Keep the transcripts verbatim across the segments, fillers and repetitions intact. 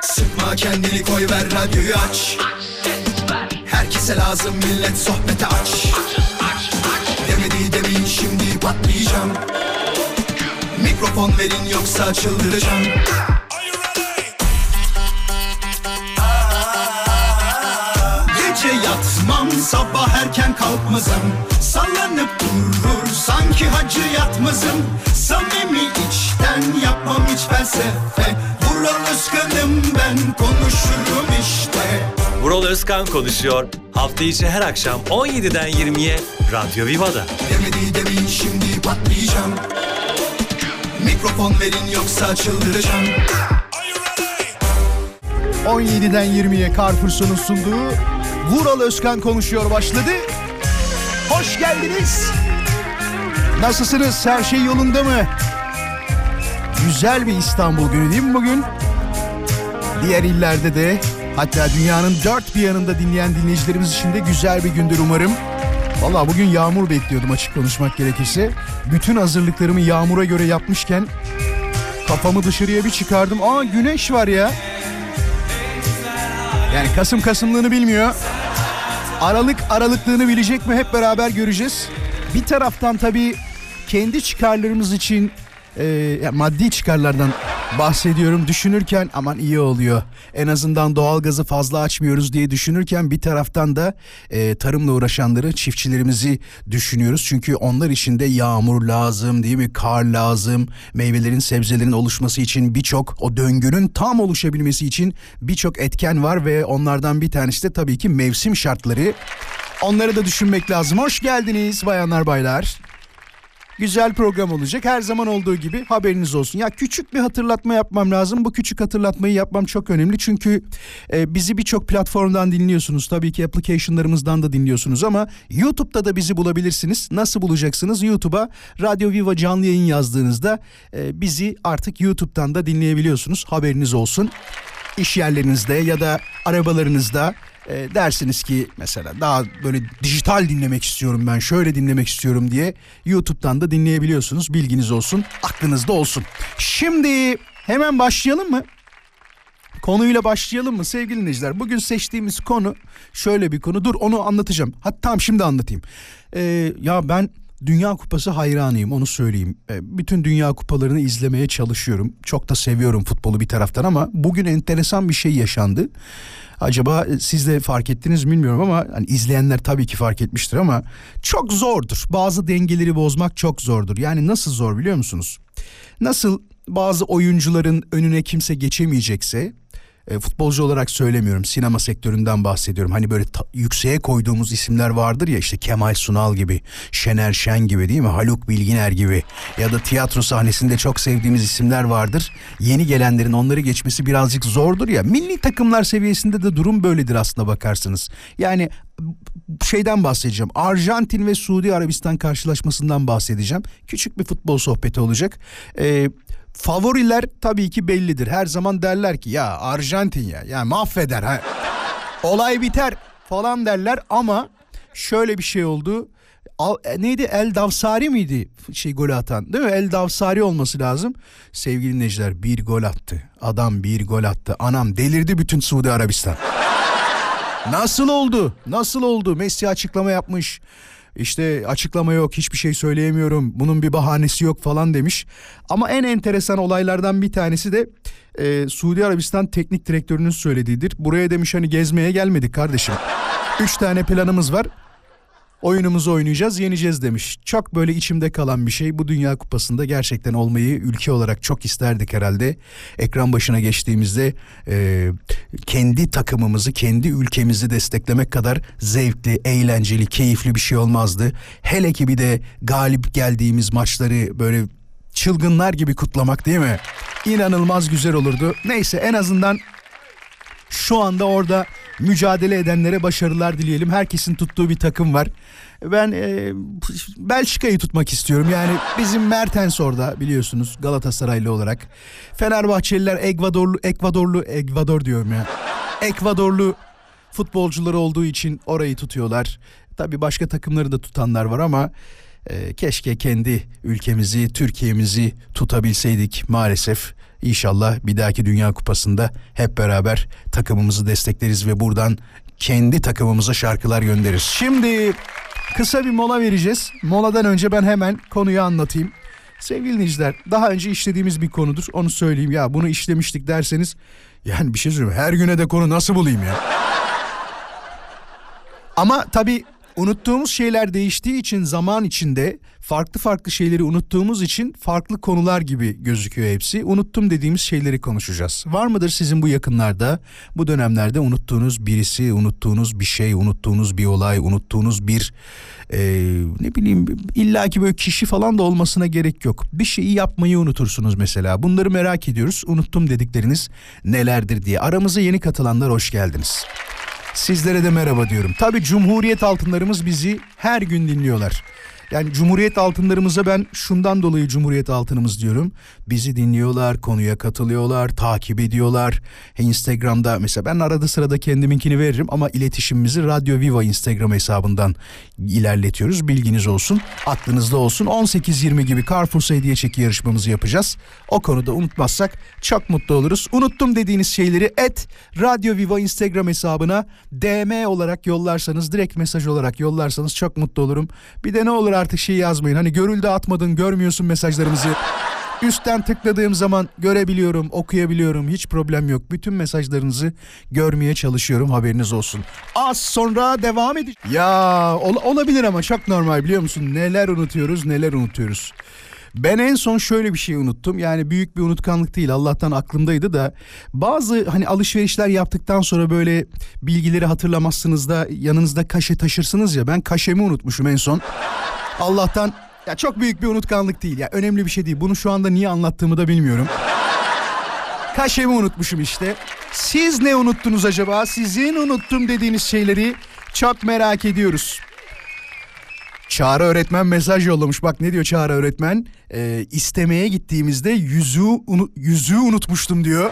Sıkma kendini, koy ver radyoyu aç. Herkese lazım millet, sohbete aç. Demedi demeyin, şimdi patlayacağım. Mikrofon verin yoksa çıldıracağım. Gece yatmam, sabah erken kalkmazım. Sallanıp durur sanki hacı yatmazım. Samimi içten yapmam hiç felsefe. Vural Özkan'ım ben, konuşurum işte. Vural Özkan konuşuyor. Hafta içi her akşam on yediden yirmiye Radyo Viva'da. Demedi demeyin, şimdi patlayacağım. Mikrofon verin yoksa çıldıracağım. on yediden yirmiye Carrefour'un sunduğu Vural Özkan konuşuyor başladı. Hoş geldiniz. Nasılsınız? Her şey yolunda mı? Güzel bir İstanbul günü değil mi bugün? Diğer illerde de, hatta dünyanın dört bir yanında dinleyen dinleyicilerimiz için de güzel bir gündür umarım. Vallahi bugün yağmur bekliyordum açık konuşmak gerekirse. Bütün hazırlıklarımı yağmura göre yapmışken kafamı dışarıya bir çıkardım. Aa, güneş var ya. Yani Kasım Kasımlığını bilmiyor. Aralık aralıklığını bilecek mi, hep beraber göreceğiz. Bir taraftan tabii kendi çıkarlarımız için e, yani maddi çıkarlardan bahsediyorum düşünürken, aman iyi oluyor. En azından doğalgazı fazla açmıyoruz diye düşünürken bir taraftan da e, tarımla uğraşanları, çiftçilerimizi düşünüyoruz. Çünkü onlar için de yağmur lazım değil mi? Kar lazım. Meyvelerin, sebzelerin oluşması için birçok, o döngünün tam oluşabilmesi için birçok etken var ve onlardan bir tanesi de tabii ki mevsim şartları. Onları da düşünmek lazım. Hoş geldiniz bayanlar baylar. Güzel program olacak. Her zaman olduğu gibi haberiniz olsun. Ya küçük bir hatırlatma yapmam lazım. Bu küçük hatırlatmayı yapmam çok önemli. Çünkü e, bizi birçok platformdan dinliyorsunuz. Tabii ki application'larımızdan da dinliyorsunuz ama YouTube'da da bizi bulabilirsiniz. Nasıl bulacaksınız? YouTube'a Radyo Viva canlı yayın yazdığınızda e, bizi artık YouTube'dan da dinleyebiliyorsunuz. Haberiniz olsun. İş yerlerinizde ya da arabalarınızda E, dersiniz ki mesela daha böyle dijital dinlemek istiyorum ben, şöyle dinlemek istiyorum diye YouTube'dan da dinleyebiliyorsunuz. Bilginiz olsun, aklınızda olsun. Şimdi hemen başlayalım mı? Konuyla başlayalım mı sevgili dinleyiciler? Bugün seçtiğimiz konu şöyle bir konu. Dur, onu anlatacağım. Hatta tamam, şimdi anlatayım. E, ya ben Dünya Kupası hayranıyım, onu söyleyeyim. E, bütün Dünya Kupalarını izlemeye çalışıyorum. Çok da seviyorum futbolu bir taraftan ama bugün enteresan bir şey yaşandı. Acaba siz de fark ettiniz mi bilmiyorum ama hani izleyenler tabii ki fark etmiştir ama çok zordur. Bazı dengeleri bozmak çok zordur. Yani nasıl zor biliyor musunuz? Nasıl bazı oyuncuların önüne kimse geçemeyecekse, e, futbolcu olarak söylemiyorum, sinema sektöründen bahsediyorum. Hani böyle ta- yükseğe koyduğumuz isimler vardır ya, işte Kemal Sunal gibi, Şener Şen gibi değil mi? Haluk Bilginer gibi ya da tiyatro sahnesinde çok sevdiğimiz isimler vardır. Yeni gelenlerin onları geçmesi birazcık zordur ya. Milli takımlar seviyesinde de durum böyledir aslına bakarsınız. Yani şeyden bahsedeceğim. Arjantin ve Suudi Arabistan karşılaşmasından bahsedeceğim. Küçük bir futbol sohbeti olacak. Eee Favoriler tabii ki bellidir. Her zaman derler ki ya Arjantin ya, ya mahveder ha. Olay biter falan derler ama şöyle bir şey oldu. Al, neydi? El Davsari miydi şey golü atan? Değil mi? El Davsari olması lazım. Sevgili dinleyiciler, bir gol attı. Adam bir gol attı. Anam delirdi bütün Suudi Arabistan. Nasıl oldu? Nasıl oldu? Messi açıklama yapmış. İşte açıklama yok, hiçbir şey söyleyemiyorum, bunun bir bahanesi yok falan demiş. Ama en enteresan olaylardan bir tanesi de e, Suudi Arabistan teknik direktörünün söylediğidir. Buraya demiş hani gezmeye gelmedik kardeşim. Üç tane planımız var. Oyunumuzu oynayacağız, yeneceğiz demiş. Çok böyle içimde kalan bir şey. Bu Dünya Kupası'nda gerçekten olmayı ülke olarak çok isterdik herhalde. Ekran başına geçtiğimizde e, kendi takımımızı, kendi ülkemizi desteklemek kadar zevkli, eğlenceli, keyifli bir şey olmazdı. Hele ki bir de galip geldiğimiz maçları böyle çılgınlar gibi kutlamak değil mi? İnanılmaz güzel olurdu. Neyse, en azından şu anda orada mücadele edenlere başarılar dileyelim. Herkesin tuttuğu bir takım var. Ben e, Belçika'yı tutmak istiyorum. Yani bizim Mertens orada, biliyorsunuz, Galatasaraylı olarak. Fenerbahçeliler Ekvadorlu, Ekvadorlu, Ekvador diyorum ya. Ekvadorlu futbolcuları olduğu için orayı tutuyorlar. Tabii başka takımları da tutanlar var ama Ee, keşke kendi ülkemizi, Türkiye'mizi tutabilseydik maalesef. İnşallah bir dahaki Dünya Kupası'nda hep beraber takımımızı destekleriz ve buradan kendi takımımıza şarkılar göndeririz. Şimdi kısa bir mola vereceğiz. Moladan önce ben hemen konuyu anlatayım. Sevgili dinleyiciler, daha önce işlediğimiz bir konudur. Onu söyleyeyim. Ya bunu işlemiştik derseniz, yani bir şey söyleyeyim, her güne de konu nasıl bulayım ya? Ama tabii unuttuğumuz şeyler değiştiği için zaman içinde farklı farklı şeyleri unuttuğumuz için farklı konular gibi gözüküyor hepsi. Unuttum dediğimiz şeyleri konuşacağız. Var mıdır sizin bu yakınlarda, bu dönemlerde unuttuğunuz birisi, unuttuğunuz bir şey, unuttuğunuz bir olay, unuttuğunuz bir e, ne bileyim illaki böyle kişi falan da olmasına gerek yok. Bir şeyi yapmayı unutursunuz mesela. Bunları merak ediyoruz. Unuttum dedikleriniz nelerdir diye. Aramıza yeni katılanlar hoş geldiniz. Sizlere de merhaba diyorum. Tabii Cumhuriyet altınlarımız bizi her gün dinliyorlar. Yani Cumhuriyet altınlarımıza ben şundan dolayı Cumhuriyet altınımız diyorum. Bizi dinliyorlar, konuya katılıyorlar, takip ediyorlar. Instagram'da mesela ben arada sırada kendiminkini veririm ama iletişimimizi Radyo Viva Instagram hesabından ilerletiyoruz. Bilginiz olsun, aklınızda olsun. on sekiz yirmi gibi Carrefour hediye çeki yarışmamızı yapacağız. O konuda unutmazsak çok mutlu oluruz. Unuttum dediğiniz şeyleri et Radyo Viva Instagram hesabına D M olarak yollarsanız, direkt mesaj olarak yollarsanız çok mutlu olurum. Bir de ne olur artık şey yazmayın. Hani görüldü atmadın, görmüyorsun mesajlarımızı. Üstten tıkladığım zaman görebiliyorum, okuyabiliyorum. Hiç problem yok. Bütün mesajlarınızı görmeye çalışıyorum. Haberiniz olsun. Az sonra devam edeceğiz. Ya ol- olabilir ama çok normal, biliyor musun? Neler unutuyoruz, neler unutuyoruz. Ben en son şöyle bir şey unuttum. Yani büyük bir unutkanlık değil. Allah'tan aklımdaydı da. Bazı hani alışverişler yaptıktan sonra böyle bilgileri hatırlamazsınız da yanınızda kaşe taşırsınız ya. Ben kaşemi unutmuşum en son. Allah'tan, ya çok büyük bir unutkanlık değil. Ya önemli bir şey değil. Bunu şu anda niye anlattığımı da bilmiyorum. Kaşemi unutmuşum işte. Siz ne unuttunuz acaba? Sizin unuttum dediğiniz şeyleri çok merak ediyoruz. Çağrı öğretmen mesaj yollamış. Bak ne diyor Çağrı öğretmen? Ee, istemeye gittiğimizde yüzüğü, unu, yüzüğü unutmuştum diyor.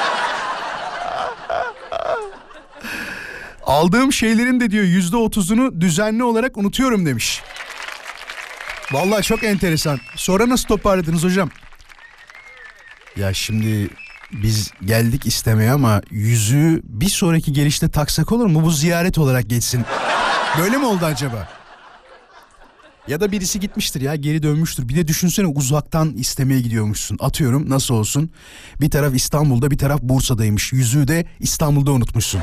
Aldığım şeylerin de diyor yüzde otuzunu düzenli olarak unutuyorum demiş. Vallahi çok enteresan. Sonra nasıl toparladınız hocam? Ya şimdi biz geldik istemeye ama yüzüğü bir sonraki gelişte taksak olur mu? Bu ziyaret olarak geçsin. Böyle mi oldu acaba? Ya da birisi gitmiştir ya, geri dönmüştür. Bir de düşünsene, uzaktan istemeye gidiyormuşsun. Atıyorum, nasıl olsun? Bir taraf İstanbul'da, bir taraf Bursa'daymış. Yüzüğü de İstanbul'da unutmuşsun.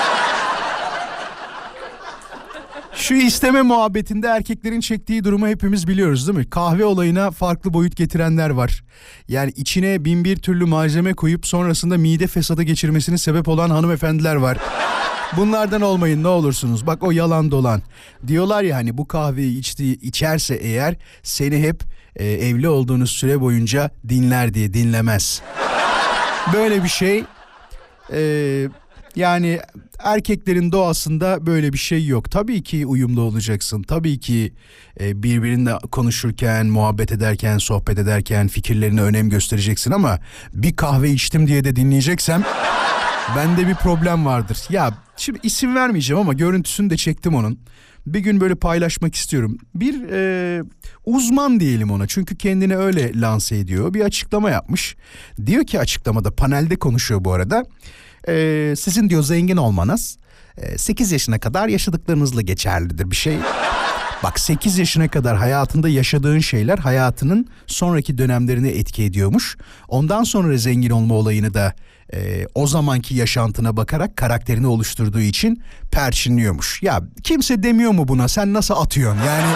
Şu isteme muhabbetinde erkeklerin çektiği durumu hepimiz biliyoruz değil mi? Kahve olayına farklı boyut getirenler var. Yani içine bin bir türlü malzeme koyup sonrasında mide fesadı geçirmesine sebep olan hanımefendiler var. Bunlardan olmayın ne olursunuz. Bak o yalan dolan. Diyorlar ya hani bu kahveyi içtiği içerse eğer seni hep e, evli olduğunuz süre boyunca dinler diye, dinlemez. Böyle bir şey. Eee... Yani erkeklerin doğasında böyle bir şey yok. Tabii ki uyumlu olacaksın. Tabii ki e, birbirine konuşurken, muhabbet ederken, sohbet ederken fikirlerine önem göstereceksin ama bir kahve içtim diye de dinleyeceksem bende bir problem vardır. Ya şimdi isim vermeyeceğim ama görüntüsünü de çektim onun. Bir gün böyle paylaşmak istiyorum. Bir e, uzman diyelim ona, çünkü kendini öyle lanse ediyor. Bir açıklama yapmış. Diyor ki açıklamada, panelde konuşuyor bu arada. Ee, sizin diyor zengin olmanız sekiz yaşına kadar yaşadıklarınızla geçerlidir bir şey. Bak sekiz yaşına kadar hayatında yaşadığın şeyler hayatının sonraki dönemlerine etki ediyormuş. Ondan sonra zengin olma olayını da e, o zamanki yaşantına bakarak karakterini oluşturduğu için perçinliyormuş. Ya kimse demiyor mu buna, sen nasıl atıyorsun yani...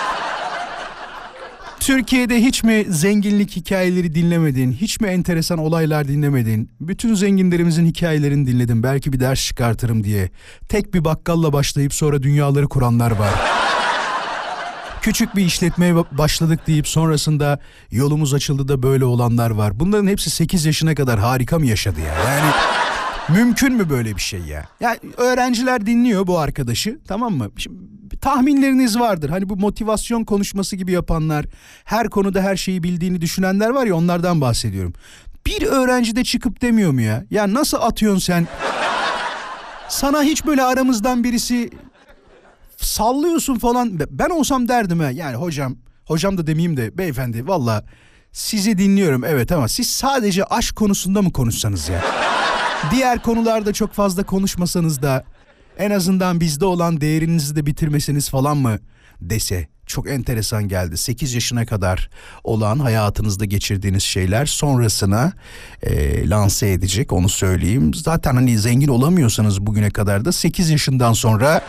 Türkiye'de hiç mi zenginlik hikayeleri dinlemedin? Hiç mi enteresan olaylar dinlemedin? Bütün zenginlerimizin hikayelerini dinledim. Belki bir ders çıkartırım diye. Tek bir bakkalla başlayıp sonra dünyaları kuranlar var. Küçük bir işletmeye başladık deyip sonrasında yolumuz açıldı da böyle olanlar var. Bunların hepsi sekiz yaşına kadar harika mı yaşadı ya? Yani mümkün mü böyle bir şey ya? Yani öğrenciler dinliyor bu arkadaşı, tamam mı? Şimdi tahminleriniz vardır. Hani bu motivasyon konuşması gibi yapanlar, her konuda her şeyi bildiğini düşünenler var ya, onlardan bahsediyorum. Bir öğrenci de çıkıp demiyor mu ya? Ya nasıl atıyorsun sen? Sana hiç böyle aramızdan birisi sallıyorsun falan. Ben olsam derdim ha yani hocam, hocam da demeyeyim de beyefendi valla sizi dinliyorum evet ama siz sadece aşk konusunda mı konuşsanız ya? Diğer konularda çok fazla konuşmasanız da en azından bizde olan değerinizi de bitirmeseniz falan mı dese. Çok enteresan geldi. sekiz yaşına kadar olan hayatınızda geçirdiğiniz şeyler sonrasına e, lanse edecek, onu söyleyeyim. Zaten hani zengin olamıyorsanız bugüne kadar da sekiz yaşından sonra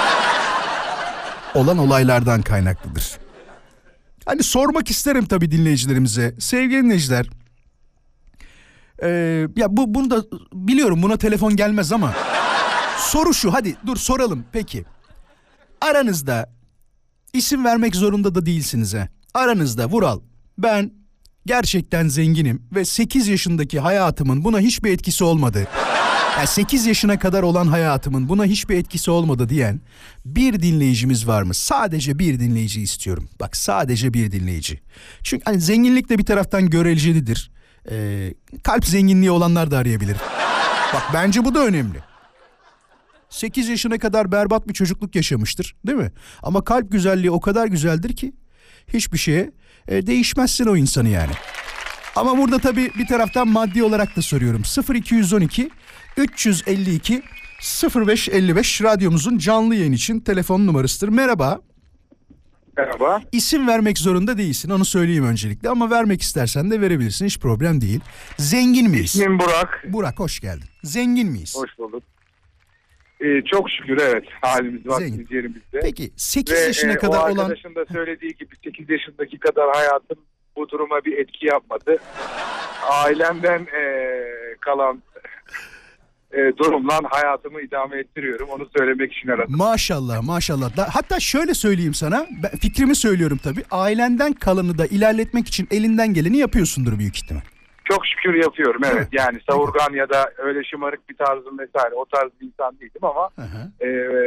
olan olaylardan kaynaklıdır. Hani sormak isterim tabii dinleyicilerimize. Sevgili dinleyiciler, e, ya bu bunu da biliyorum, buna telefon gelmez ama soru şu, hadi dur soralım peki. Aranızda İsim vermek zorunda da değilsiniz he. Aranızda Vural, ben gerçekten zenginim ve sekiz yaşındaki hayatımın buna hiçbir etkisi olmadı. Yani sekiz yaşına kadar olan hayatımın buna hiçbir etkisi olmadı diyen bir dinleyicimiz var mı? Sadece bir dinleyici istiyorum. Bak sadece bir dinleyici. Çünkü hani zenginlik de bir taraftan görecelidir. Ee, kalp zenginliği olanlar da arayabilir. Bak bence bu da önemli. sekiz yaşına kadar berbat bir çocukluk yaşamıştır, değil mi? Ama kalp güzelliği o kadar güzeldir ki hiçbir şeye e, değişmezsin o insanı yani. Ama burada tabii bir taraftan maddi olarak da soruyorum. sıfır iki yüz on iki üç yüz elli iki sıfır beş elli beş radyomuzun canlı yayın için telefon numarasıdır. Merhaba. Merhaba. İsim vermek zorunda değilsin, onu söyleyeyim öncelikle, ama vermek istersen de verebilirsin, hiç problem değil. Zengin miyiz? İsmim Burak. Burak hoş geldin. Zengin miyiz? Hoş bulduk. Ee, çok şükür evet, halimiz vaktimiz yerimizde. Peki sekiz Ve, yaşına e, kadar o olan... arkadaşın da söylediği gibi sekiz yaşındaki kadar hayatım bu duruma bir etki yapmadı. Ailemden e, kalan e, durumla hayatımı idame ettiriyorum. Onu söylemek için aradım. Maşallah maşallah. Da, hatta şöyle söyleyeyim sana, ben fikrimi söylüyorum tabii. Ailenden kalanı da ilerletmek için elinden geleni yapıyorsundur büyük ihtimal. Çok şükür yapıyorum evet. Evet. Yani savurgan ya da öyle şımarık bir tarzım vesaire o tarz bir insan değilim ama e,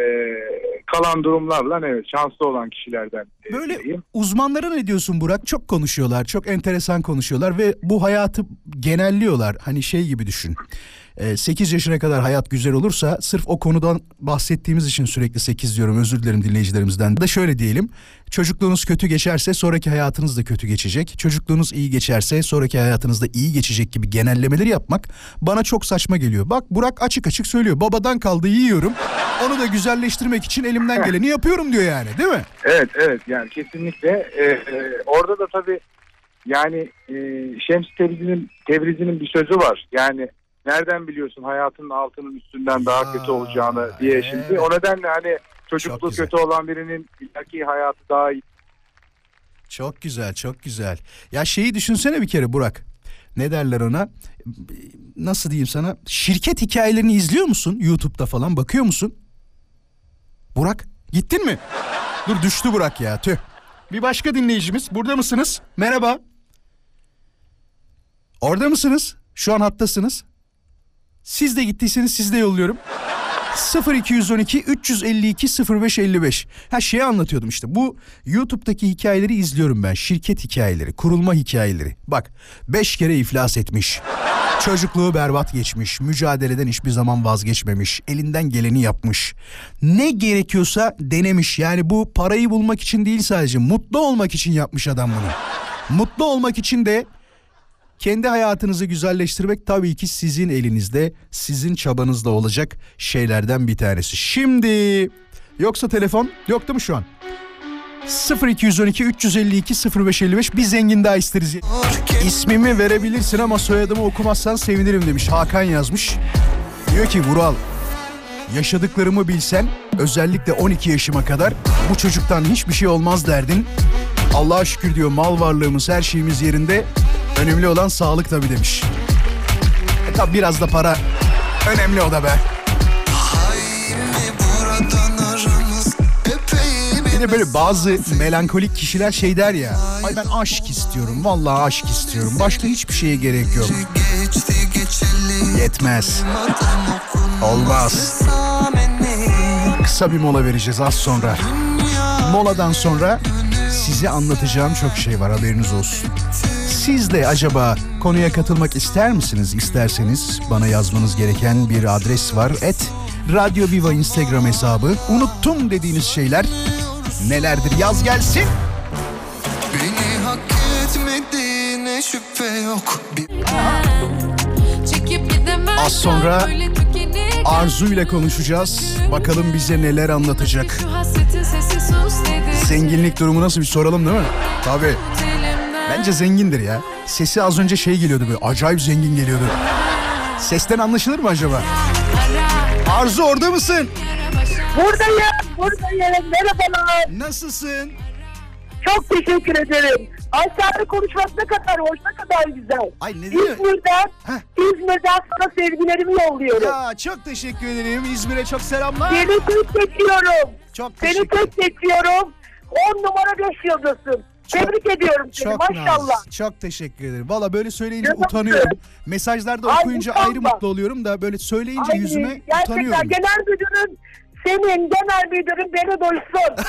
kalan durumlarla evet şanslı olan kişilerden. Böyle diyeyim. uzmanlara ne diyorsun Burak? Çok konuşuyorlar, çok enteresan konuşuyorlar ve bu hayatı genelliyorlar. Hani şey gibi düşün. sekiz yaşına kadar hayat güzel olursa, sırf o konudan bahsettiğimiz için sürekli sekiz diyorum, özür dilerim dinleyicilerimizden de, şöyle diyelim. Çocukluğunuz kötü geçerse sonraki hayatınız da kötü geçecek. Çocukluğunuz iyi geçerse sonraki hayatınız da iyi geçecek gibi genellemeleri yapmak bana çok saçma geliyor. Bak Burak açık açık söylüyor. Babadan kaldı yiyorum. Onu da güzelleştirmek için elimden geleni yapıyorum diyor yani, değil mi? Evet evet yani kesinlikle. Ee, e, orada da tabii yani e, Şems Tebrizi'nin, Tebrizi'nin bir sözü var. Yani nereden biliyorsun hayatının altının üstünden daha Aa, kötü olacağını diye evet. Şimdi. O nedenle hani çocukluğu kötü olan birinin illaki hayatı daha iyi. Çok güzel, çok güzel. Ya şeyi düşünsene bir kere Burak. Ne derler ona? Nasıl diyeyim sana? Şirket hikayelerini izliyor musun? YouTube'da falan bakıyor musun? Burak, gittin mi? Dur düştü Burak ya, tüh. Bir başka dinleyicimiz, burada mısınız? Merhaba. Orada mısınız? Şu an hattasınız. Siz de gittiyseniz siz de yolluyorum. sıfır iki yüz on iki üç yüz elli iki sıfır beş elli beş. Ha şeyi anlatıyordum işte. Bu YouTube'daki hikayeleri izliyorum ben. Şirket hikayeleri, kurulma hikayeleri. Bak beş kere iflas etmiş. Çocukluğu berbat geçmiş. Mücadeleden hiçbir zaman vazgeçmemiş. Elinden geleni yapmış. Ne gerekiyorsa denemiş. Yani bu parayı bulmak için değil sadece. Mutlu olmak için yapmış adam bunu. Mutlu olmak için de kendi hayatınızı güzelleştirmek tabii ki sizin elinizde, sizin çabanızda olacak şeylerden bir tanesi. Şimdi yoksa telefon yok değil mi şu an? sıfır iki yüz on iki üç yüz elli iki sıfır beş elli beş, bir zengin daha isteriz. İsmimi verebilirsin ama soyadımı okumazsan sevinirim demiş. Hakan yazmış. Diyor ki Vural, yaşadıklarımı bilsen özellikle on iki yaşıma kadar bu çocuktan hiçbir şey olmaz derdin. Allah'a şükür diyor, mal varlığımız, her şeyimiz yerinde. Önemli olan sağlık tabii demiş. E tabi biraz da para önemli, o da be. Bir de böyle bazı melankolik kişiler şey der ya. Ay ben aşk istiyorum, vallahi aşk istiyorum. Başka hiçbir şeye gerek yok. Yetmez. Olmaz. Kısa bir mola vereceğiz az sonra. Moladan sonra size anlatacağım çok şey var, haberiniz olsun. Siz de acaba konuya katılmak ister misiniz? İsterseniz bana yazmanız gereken bir adres var. Et Radyo Viva Instagram hesabı. Unuttum dediğiniz şeyler nelerdir? Yaz gelsin. Beni hak etmediğine şüphe yok. Az sonra Arzu ile konuşacağız. Bakalım bize neler anlatacak. Zenginlik durumu nasıl bir soralım değil mi? Tabii. Bence zengindir ya. Sesi az önce şey geliyordu böyle. Acayip zengin geliyordu. Sesten anlaşılır mı acaba? Arzu orada mısın? Buradayım, buradayım. Merhabalar. Nasılsın? Çok teşekkür ederim. Aşağıda konuşmak ne kadar hoş, ne kadar güzel. Ay ne diyor? İzmir'den, Heh. İzmir'den sana sevgilerimi yolluyorum. Ya çok teşekkür ederim. İzmir'e çok selamlar. Seni tek seçiyorum. Çok Seni teşekkür tek seçiyorum. On numara beş yıldızsın. Çok- Tebrik ediyorum seni Çok maşallah. nazik. Çok teşekkür ederim. Valla böyle söyleyince Canım utanıyorum. benim. Mesajlarda Ay, okuyunca utanma. ayrı mutlu oluyorum da böyle söyleyince Ay, yüzüme gerçekten utanıyorum. genel müdürün, senin genel müdürün beni duysun.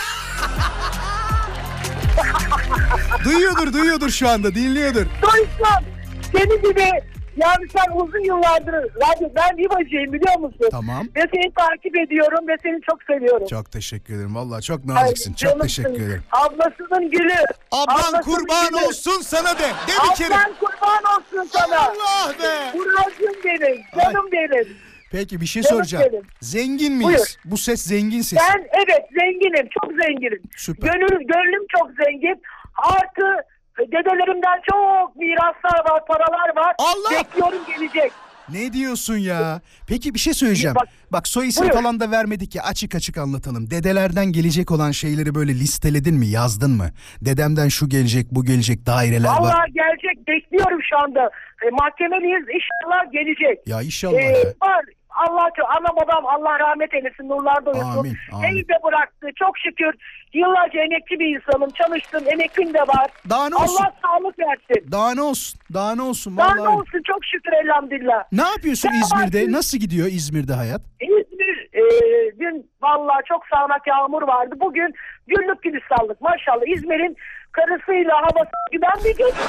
Duyuyordur duyuyordur şu anda dinliyordur. Duysun. Seni gibi, yani sen uzun yıllardır radyo, ben Vivacıyım biliyor musun? Tamam. Ve seni takip ediyorum ve seni çok seviyorum. Çok teşekkür ederim. Valla çok Ay, naziksin. Çok canımsın. teşekkür ederim. Ablasının gülü. Ablan Ablasının kurban gülü. olsun sana de. De bir kere. Ablan kurban olsun sana. Allah be. Buracığım benim. Canım benim. Peki bir şey Canım soracağım. benim. Zengin miyiz? Buyur. Bu ses zengin ses. Ben evet zenginim. Çok zenginim. Süper. Gönül, gönlüm çok zengin. Artı dedelerimden çok miraslar var, paralar var. Allah! Bekliyorum gelecek. Ne diyorsun ya? Peki bir şey söyleyeceğim. Bak, Bak- soy isim Buyur. falan da vermedik ya, açık açık anlatalım. Dedelerden gelecek olan şeyleri böyle listeledin mi, yazdın mı? Dedemden şu gelecek, bu gelecek, daireler var. Vallahi gelecek. Bekliyorum şu anda. E, mahkemeliyiz. İnşallah gelecek. Ya inşallah Ee, ya. var. Allah ana babam Allah rahmet eylesin, nurlarda uyusun. Amin, amin. Evde bıraktı. Çok şükür yıllarca emekli bir insanım. Çalıştım. Emeklim de var. Daha ne olsun? Allah sağlık versin. Daha ne olsun? Daha ne olsun? Daha Vallahi. ne olsun, çok şükür elhamdülillah. Ne yapıyorsun Sen İzmir'de? varsın. Nasıl gidiyor İzmir'de hayat? İzmir e, dün vallahi çok sağanak yağmur vardı. Bugün güllük gülistanlık maşallah. İzmir'in karısıyla havası güven bir geçti.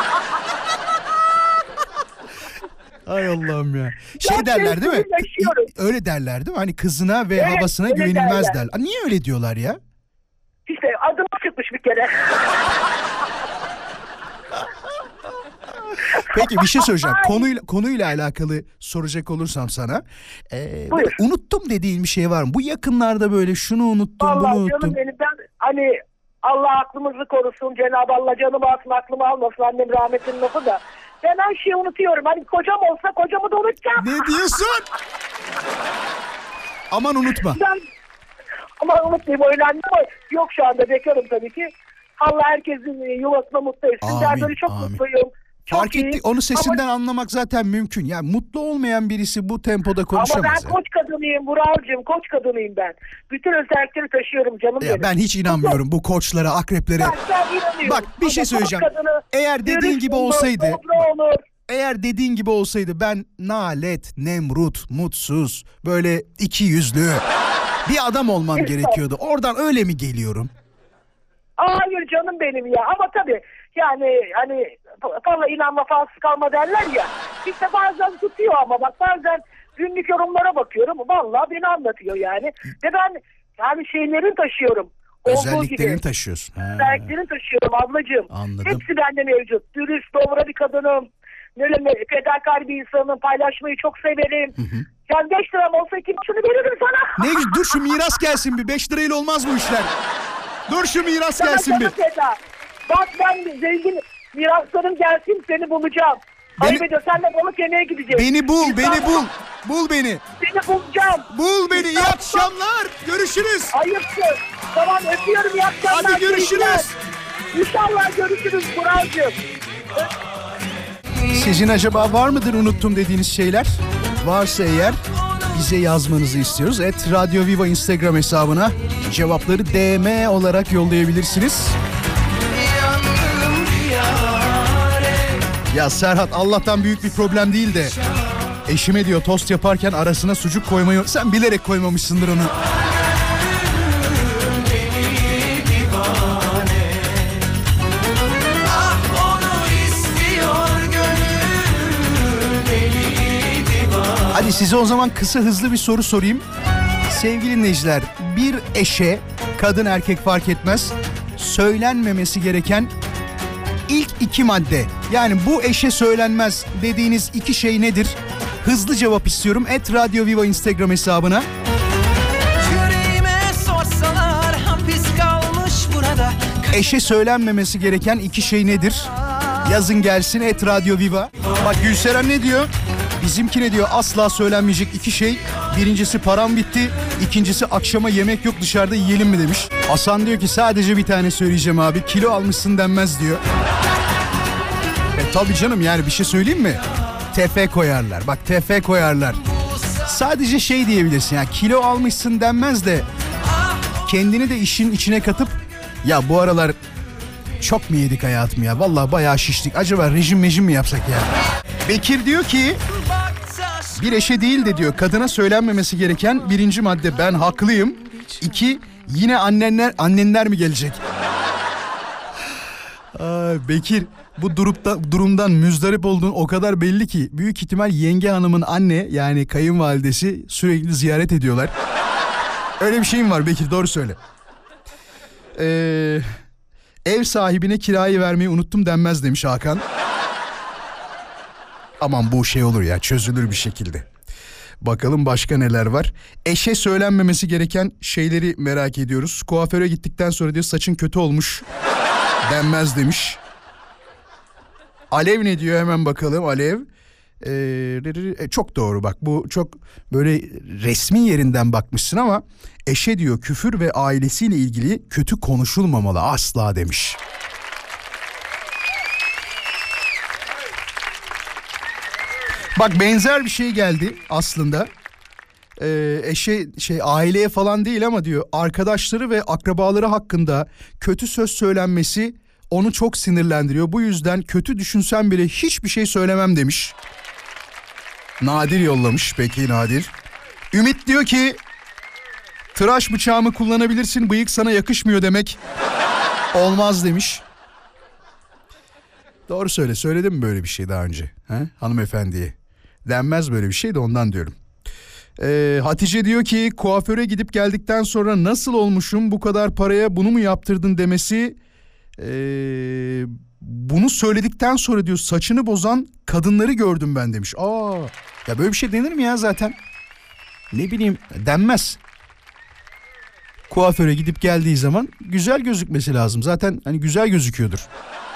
Ay Allah'ım ya. Şey Çok derler değil mi? sevgiyle yaşıyorum. Öyle derler değil mi? Hani kızına ve Evet, havasına öyle güvenilmez derler. derler. Aa, niye öyle diyorlar ya? İşte adım çıkmış bir kere. Peki bir şey söyleyeceğim. Konuyla konuyla alakalı soracak olursam sana. E, Buyur. unuttum dediğin bir şey var mı? Bu yakınlarda böyle şunu unuttum, bunu Vallahi unuttum. canım benim, ben hani Allah aklımızı korusun, Cenab-ı Allah canımı alsın, aklımı almasın, annem rahmetinin lafı da. Ben her şeyi unutuyorum. Hani kocam olsa kocamı da unutacağım. Ne diyorsun? Aman unutma. Ben, ama unutmayayım, o önemli ama yok, şu anda bekarım tabii ki. Allah herkesin yuvasına mutlu etsin. Amin, Ben böyle çok amin. mutluyum. Çok Fark iyiyim. ettik. Onu sesinden Ama, anlamak zaten mümkün. Yani mutlu olmayan birisi bu tempoda ama konuşamaz. ben ya. koç kadınıyım Vuralcığım, koç kadınıyım ben. Bütün özellikleri taşıyorum canım Ya benim. ben hiç inanmıyorum bu koçlara, akreplere. Ben, ben inanıyorum. Bak, bir şey Ama söyleyeceğim. koç kadını Eğer dediğin dürüst gibi olur, olsaydı- dobra olur. Eğer dediğin gibi olsaydı ben nalet, nemrut, mutsuz, böyle iki yüzlü bir adam olmam gerekiyordu. Oradan öyle mi geliyorum? Hayır canım benim ya, ama tabii yani hani fazla inanma falsız kalma derler ya. İşte bazen tutuyor ama bak bazen günlük yorumlara bakıyorum. Vallahi beni anlatıyor yani. Ve ben yani şeylerin taşıyorum. Olduğu Özelliklerini gibi. taşıyorsun. Ha. Özelliklerini taşıyorum ablacığım. Anladım. Hepsi bende mevcut. Dürüst, dobra bir kadınım. Böyle fedakar bir insanım. Paylaşmayı çok severim. Yani beş liram olsa kim şunu veririm sana. Ne güzel, dur şu miras gelsin bir. Beş lirayla olmaz bu işler. Dur şu miras Sana gelsin bir. canım feda. Bak ben zengin, miraslarım gelsin, seni bulacağım. Beni- Ayıp ediyor, senle balık yemeye gideceğiz. Beni bul, İnsan- beni bul. Bul beni. Seni bulacağım. Bul beni. İyi akşamlar. Görüşürüz. Ayıpsın. Tamam, öpüyorum, iyi akşamlar. Hadi görüşürüz. keyifler. İnşallah görüşürüz Buracığım. Sizin acaba var mıdır unuttum dediğiniz şeyler? Varsa eğer bize yazmanızı istiyoruz. Et Radyo Viva Instagram hesabına cevapları D M olarak yollayabilirsiniz. Ya Serhat, Allah'tan büyük bir problem değil de eşime diyor tost yaparken arasına sucuk koymayı, sen bilerek koymamışsındır onu. Hadi size o zaman kısa hızlı bir soru sorayım. Sevgili dinleyiciler, bir eşe, kadın erkek fark etmez, söylenmemesi gereken ilk iki madde. Yani bu eşe söylenmez dediğiniz iki şey nedir? Hızlı cevap istiyorum. Et Radyo Viva Instagram hesabına. Sorsalar, hapis kalmış burada. Eşe söylenmemesi gereken iki şey nedir? Yazın gelsin Et Radyo Viva. Bak Gülseren ne diyor? Bizimki ne diyor? Asla söylenmeyecek iki şey. Birincisi param bitti. İkincisi akşama yemek yok, dışarıda yiyelim mi demiş. Hasan diyor ki sadece bir tane söyleyeceğim abi. Kilo almışsın denmez diyor. E tabii canım, yani bir şey söyleyeyim mi? T F koyarlar. Bak T F koyarlar. Sadece şey diyebilirsin ya, kilo almışsın denmez de kendini de işin içine katıp ya bu aralar çok mu yedik hayatım ya, vallahi bayağı şiştik, acaba rejim mejim mi yapsak ya? Bekir diyor ki bir eşe değil de diyor kadına söylenmemesi gereken birinci madde ben haklıyım. İki, yine annenler annenler mi gelecek? Aa, Bekir, bu durumda, durumdan müzdarip olduğun o kadar belli ki büyük ihtimal yenge hanımın anne, yani kayınvalidesi sürekli ziyaret ediyorlar. Öyle bir şeyim var Bekir, doğru söyle. Ee, ev sahibine kirayı vermeyi unuttum denmez demiş Hakan. Aman bu şey olur ya, çözülür bir şekilde. Bakalım başka neler var. Eşe söylenmemesi gereken şeyleri merak ediyoruz. Kuaföre gittikten sonra diyor saçın kötü olmuş denmez demiş. Alev ne diyor, hemen bakalım. Alev ee, çok doğru, bak bu çok böyle resmi yerinden bakmışsın ama eşe diyor küfür ve ailesiyle ilgili kötü konuşulmamalı asla demiş. Bak benzer bir şey geldi aslında. Ee, eşe şey aileye falan değil ama diyor arkadaşları ve akrabaları hakkında kötü söz söylenmesi onu çok sinirlendiriyor. Bu yüzden kötü düşünsem bile hiçbir şey söylemem demiş. Nadir yollamış. Peki Nadir. Ümit diyor ki tıraş bıçağımı kullanabilirsin, bıyık sana yakışmıyor demek olmaz demiş. Doğru söyle, söyledim mi böyle bir şey daha önce he? Hanımefendiye? Denmez böyle bir şey de ondan diyorum. Ee, Hatice diyor ki kuaföre gidip geldikten sonra nasıl olmuşum, bu kadar paraya bunu mu yaptırdın demesi, ee, bunu söyledikten sonra diyor saçını bozan kadınları gördüm ben demiş. Aa, ya böyle bir şey denir mi ya zaten? Ne bileyim, denmez. Kuaföre gidip geldiği zaman güzel gözükmesi lazım. Zaten hani güzel gözüküyordur.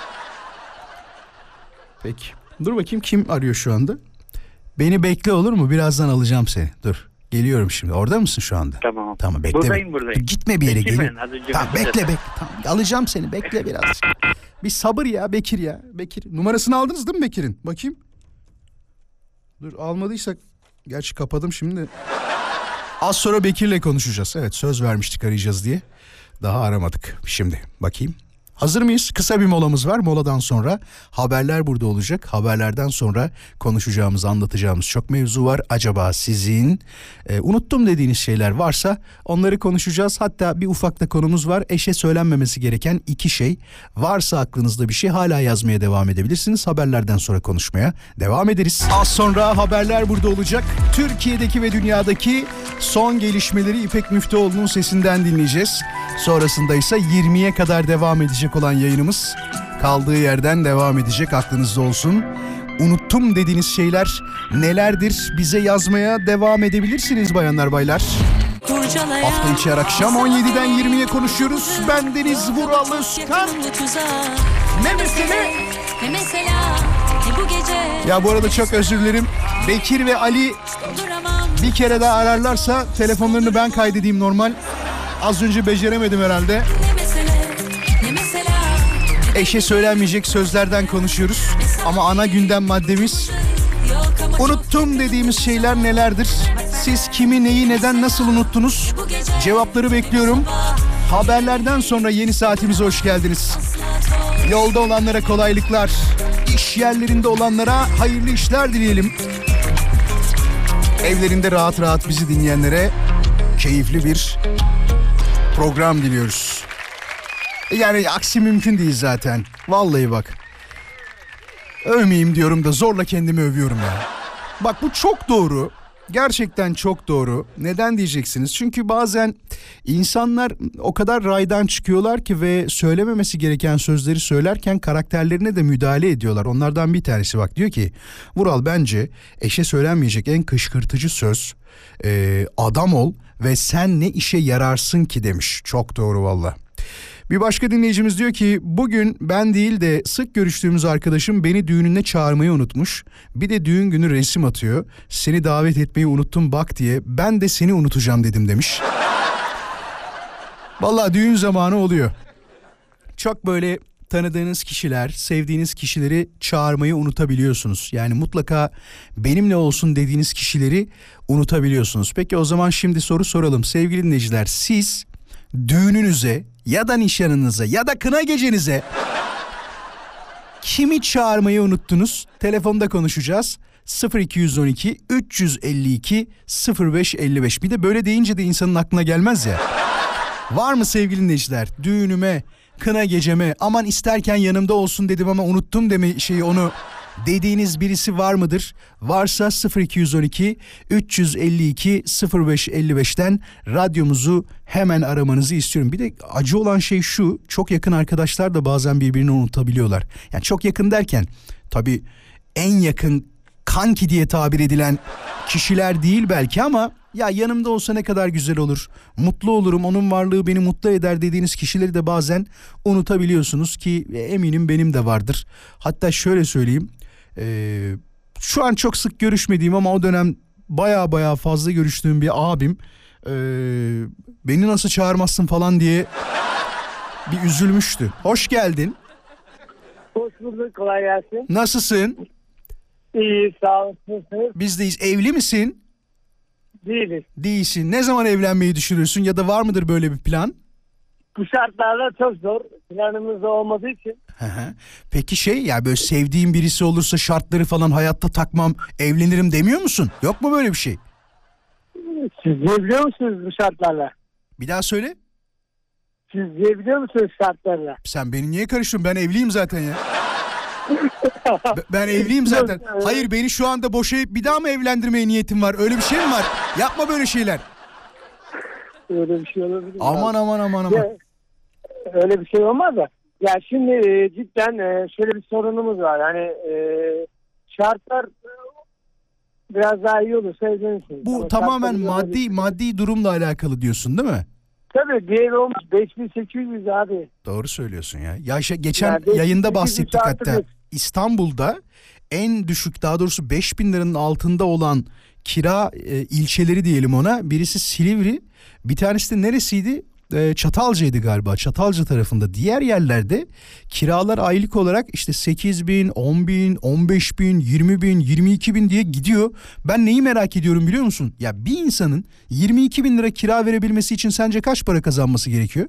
Peki. Dur bakayım kim arıyor şu anda? Beni bekle olur mu? Birazdan alacağım seni. Dur. Geliyorum şimdi. Orada mısın şu anda? Tamam. Tamam bekle. Buradayım buradayım. Dur, gitme bir yere, geliyorum. Tamam bekle bekle. Tamam, alacağım seni. Bekle biraz. Bir sabır ya Bekir ya. Bekir. Numarasını aldınız değil mi Bekir'in? Bakayım. Dur almadıysak. Gerçi kapadım şimdi. Az sonra Bekir'le konuşacağız. Evet, söz vermiştik arayacağız diye. Daha aramadık. Şimdi bakayım. Hazır mıyız? Kısa bir molamız var. Moladan sonra haberler burada olacak. Haberlerden sonra konuşacağımız, anlatacağımız çok mevzu var. Acaba sizin e, unuttum dediğiniz şeyler varsa onları konuşacağız. Hatta bir ufak da konumuz var. Eşe söylenmemesi gereken iki şey. Varsa aklınızda bir şey hala yazmaya devam edebilirsiniz. Haberlerden sonra konuşmaya devam ederiz. Az sonra haberler burada olacak. Türkiye'deki ve dünyadaki son gelişmeleri İpek Müftüoğlu'nun sesinden dinleyeceğiz. Sonrasında ise yirmiye kadar devam edecek olan yayınımız kaldığı yerden devam edecek, aklınızda olsun. Unuttum dediğiniz şeyler nelerdir? Bize yazmaya devam edebilirsiniz bayanlar baylar. Hafta içi her akşam on yediden yirmiye konuşuyoruz. Ben Deniz Vural Özkan. Ne mesele? Ne mesela? Bu gece. Ya bu arada çok özür dilerim. Bekir ve Ali bir kere daha ararlarsa telefonlarını ben kaydedeyim normal. Az önce beceremedim herhalde. Eşe söylenmeyecek sözlerden konuşuyoruz. Ama ana gündem maddemiz unuttum dediğimiz şeyler nelerdir? Siz kimi, neyi, neden, nasıl unuttunuz? Cevapları bekliyorum. Haberlerden sonra yeni saatimize hoş geldiniz. Yolda olanlara kolaylıklar, iş yerlerinde olanlara hayırlı işler dileyelim. Evlerinde rahat rahat bizi dinleyenlere keyifli bir program diliyoruz. Yani aksi mümkün değil zaten. Vallahi bak. Övmeyeyim diyorum da zorla kendimi övüyorum ya. Bak bu çok doğru. Gerçekten çok doğru. Neden diyeceksiniz? Çünkü bazen insanlar o kadar raydan çıkıyorlar ki ve söylememesi gereken sözleri söylerken karakterlerine de müdahale ediyorlar. Onlardan bir tanesi bak diyor ki Vural bence eşe söylenmeyecek en kışkırtıcı söz e, adam ol ve sen ne işe yararsın ki demiş. Çok doğru valla. Bir başka dinleyicimiz diyor ki bugün ben değil de sık görüştüğümüz arkadaşım beni düğününe çağırmayı unutmuş. Bir de düğün günü resim atıyor. Seni davet etmeyi unuttum bak diye. Ben de seni unutacağım dedim demiş. Vallahi düğün zamanı oluyor. Çok böyle tanıdığınız kişiler, sevdiğiniz kişileri çağırmayı unutabiliyorsunuz. Yani mutlaka benimle olsun dediğiniz kişileri unutabiliyorsunuz. Peki o zaman şimdi soru soralım sevgili dinleyiciler. Siz düğününüze ya da nişanınıza ya da kına gecenize kimi çağırmayı unuttunuz? Telefonda konuşacağız. sıfır iki on iki üç yüz elli iki sıfır beş elli beş. Bir de böyle deyince de insanın aklına gelmez ya. Var mı sevgili dinleyiciler? Düğünüme, kına geceme, aman isterken yanımda olsun dedim ama unuttum deme şeyi onu dediğiniz birisi var mıdır? Varsa sıfır iki on iki üç yüz elli iki sıfır beş elli beşten radyomuzu hemen aramanızı istiyorum. Bir de acı olan şey şu, çok yakın arkadaşlar da bazen birbirini unutabiliyorlar. Yani çok yakın derken tabii en yakın kanki diye tabir edilen kişiler değil belki ama ya yanımda olsa ne kadar güzel olur, mutlu olurum, onun varlığı beni mutlu eder dediğiniz kişileri de bazen unutabiliyorsunuz ki eminim benim de vardır. Hatta şöyle söyleyeyim, ee, şu an çok sık görüşmediğim ama o dönem baya baya fazla görüştüğüm bir abim ee, beni nasıl çağırmazsın falan diye bir üzülmüştü. Hoş geldin. Hoş bulduk, kolay gelsin. Nasılsın? İyi, sağ olasın. Bizdeyiz. Evli misin? Değiliz. Değilsin. Ne zaman evlenmeyi düşünürsün ya da var mıdır böyle bir plan? Bu şartlarda çok zor. Planımız da olmadığı için. Peki şey ya böyle sevdiğin birisi olursa şartları falan hayatta takmam, evlenirim demiyor musun? Yok mu böyle bir şey? Siz diyebiliyor musunuz bu şartlarla? Bir daha söyle. Siz diyebiliyor musunuz şartlarla? Sen beni niye karıştırıyorsun? Ben evliyim zaten ya. Ben evliyim zaten. Hayır, beni şu anda boşayıp bir daha mı evlendirmeye niyetin var? Öyle bir şey mi var? Yapma böyle şeyler. Öyle bir şey olabilir. Aman aman aman aman. Ya, öyle bir şey olmaz da. Ya şimdi e, cidden e, şöyle bir sorunumuz var. Yani e, şartlar biraz daha iyi olursa evlenirsiniz. Bu Ama tamamen şartlar maddi olabilir. maddi durumla alakalı diyorsun değil mi? Tabii bir ev olmuş beş bin sekiz yüz abi. Doğru söylüyorsun ya. Ya şey, geçen Yani yayında bahsettik hatta. artık. İstanbul'da en düşük, daha doğrusu beş bin liranın altında olan kira e, ilçeleri diyelim ona. Birisi Silivri, bir tanesi de neresiydi? E, Çatalca'ydı galiba. Çatalca tarafında. Diğer yerlerde kiralar aylık olarak işte sekiz bin, on bin, on beş bin, yirmi bin, yirmi iki bin diye gidiyor. Ben neyi merak ediyorum biliyor musun? Ya bir insanın yirmi iki bin lira kira verebilmesi için sence kaç para kazanması gerekiyor?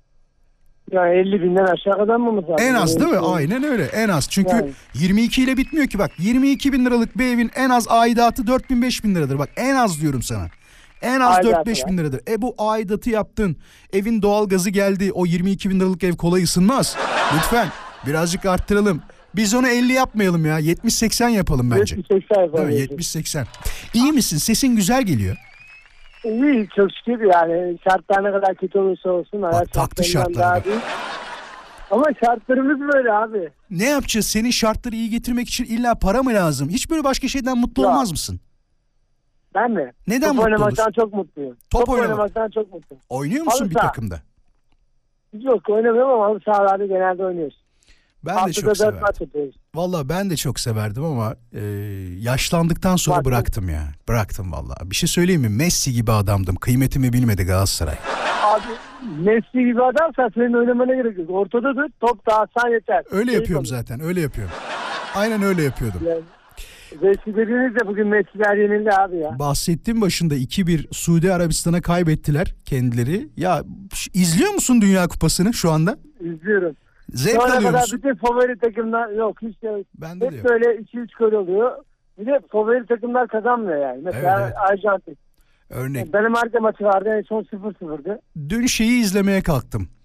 Ya elli binden aşağı kazanmamız lazım. En az değil mi? Yani, Aynen öyle. En az. Çünkü yani. yirmi iki ile bitmiyor ki bak. yirmi iki bin liralık bir evin en az aidatı dört bin beş bin liradır. Bak en az diyorum sana. En az Aidatı dört beş bin var. liradır. E bu aidatı yaptın. Evin doğalgazı geldi. O yirmi iki bin liralık ev kolay ısınmaz. Lütfen birazcık arttıralım. Biz onu elli yapmayalım ya. yetmiş seksen yapalım bence. yetmiş seksen yapalım. Değil mi? yetmiş seksen. İyi misin? Sesin güzel geliyor. İyi, çok şükür yani. Şartlar ne kadar kötü olursa olsun. Bak taktı şartlarından şartları. daha değil. Ama şartlarımız böyle abi. Ne yapacağız? Senin şartları iyi getirmek için illa para mı lazım? Hiç böyle başka şeyden mutlu Ya. olmaz mısın? Ben mi? Neden Top mutlu oynamaktan olursun? çok mutluyum. Top Top, oynamak. oynamaktan çok mutluyum. Oynuyor musun Halı bir saha. takımda? Yok oynamıyorum ama halı sahalarda genelde oynuyoruz. Ben de Haftada çok dört severdim. maç yapıyoruz. Valla ben de çok severdim ama e, yaşlandıktan sonra Bak- bıraktım ya. Bıraktım valla. Bir şey söyleyeyim mi? Messi gibi adamdım. Kıymetimi bilmedi Galatasaray. Abi Messi gibi adamsan senin oynamana gerek yok. Ortada dur, top dağıtsan yeter. Öyle Keyif yapıyorum alır. zaten. Öyle yapıyorum. Aynen öyle yapıyordum. Yani, Messi dediğiniz de bugün Messi'ler yenildi abi ya. Bahsettiğim başında iki bir Suudi Arabistan'a kaybettiler kendileri. Ya ş- izliyor musun Dünya Kupası'nı şu anda? İzliyorum. Zevk Şu ana alıyor kadar musun? bütün favori takımlar yok. Hiç de, Bende de hep yok. böyle iki üç gol oluyor. Bir de favori takımlar kazanmıyor yani. Mesela Evet, evet. Arjantin. Örnek. Danimarka maçı vardı en son sıfır sıfırdı. Dün şeyi izlemeye kalktım.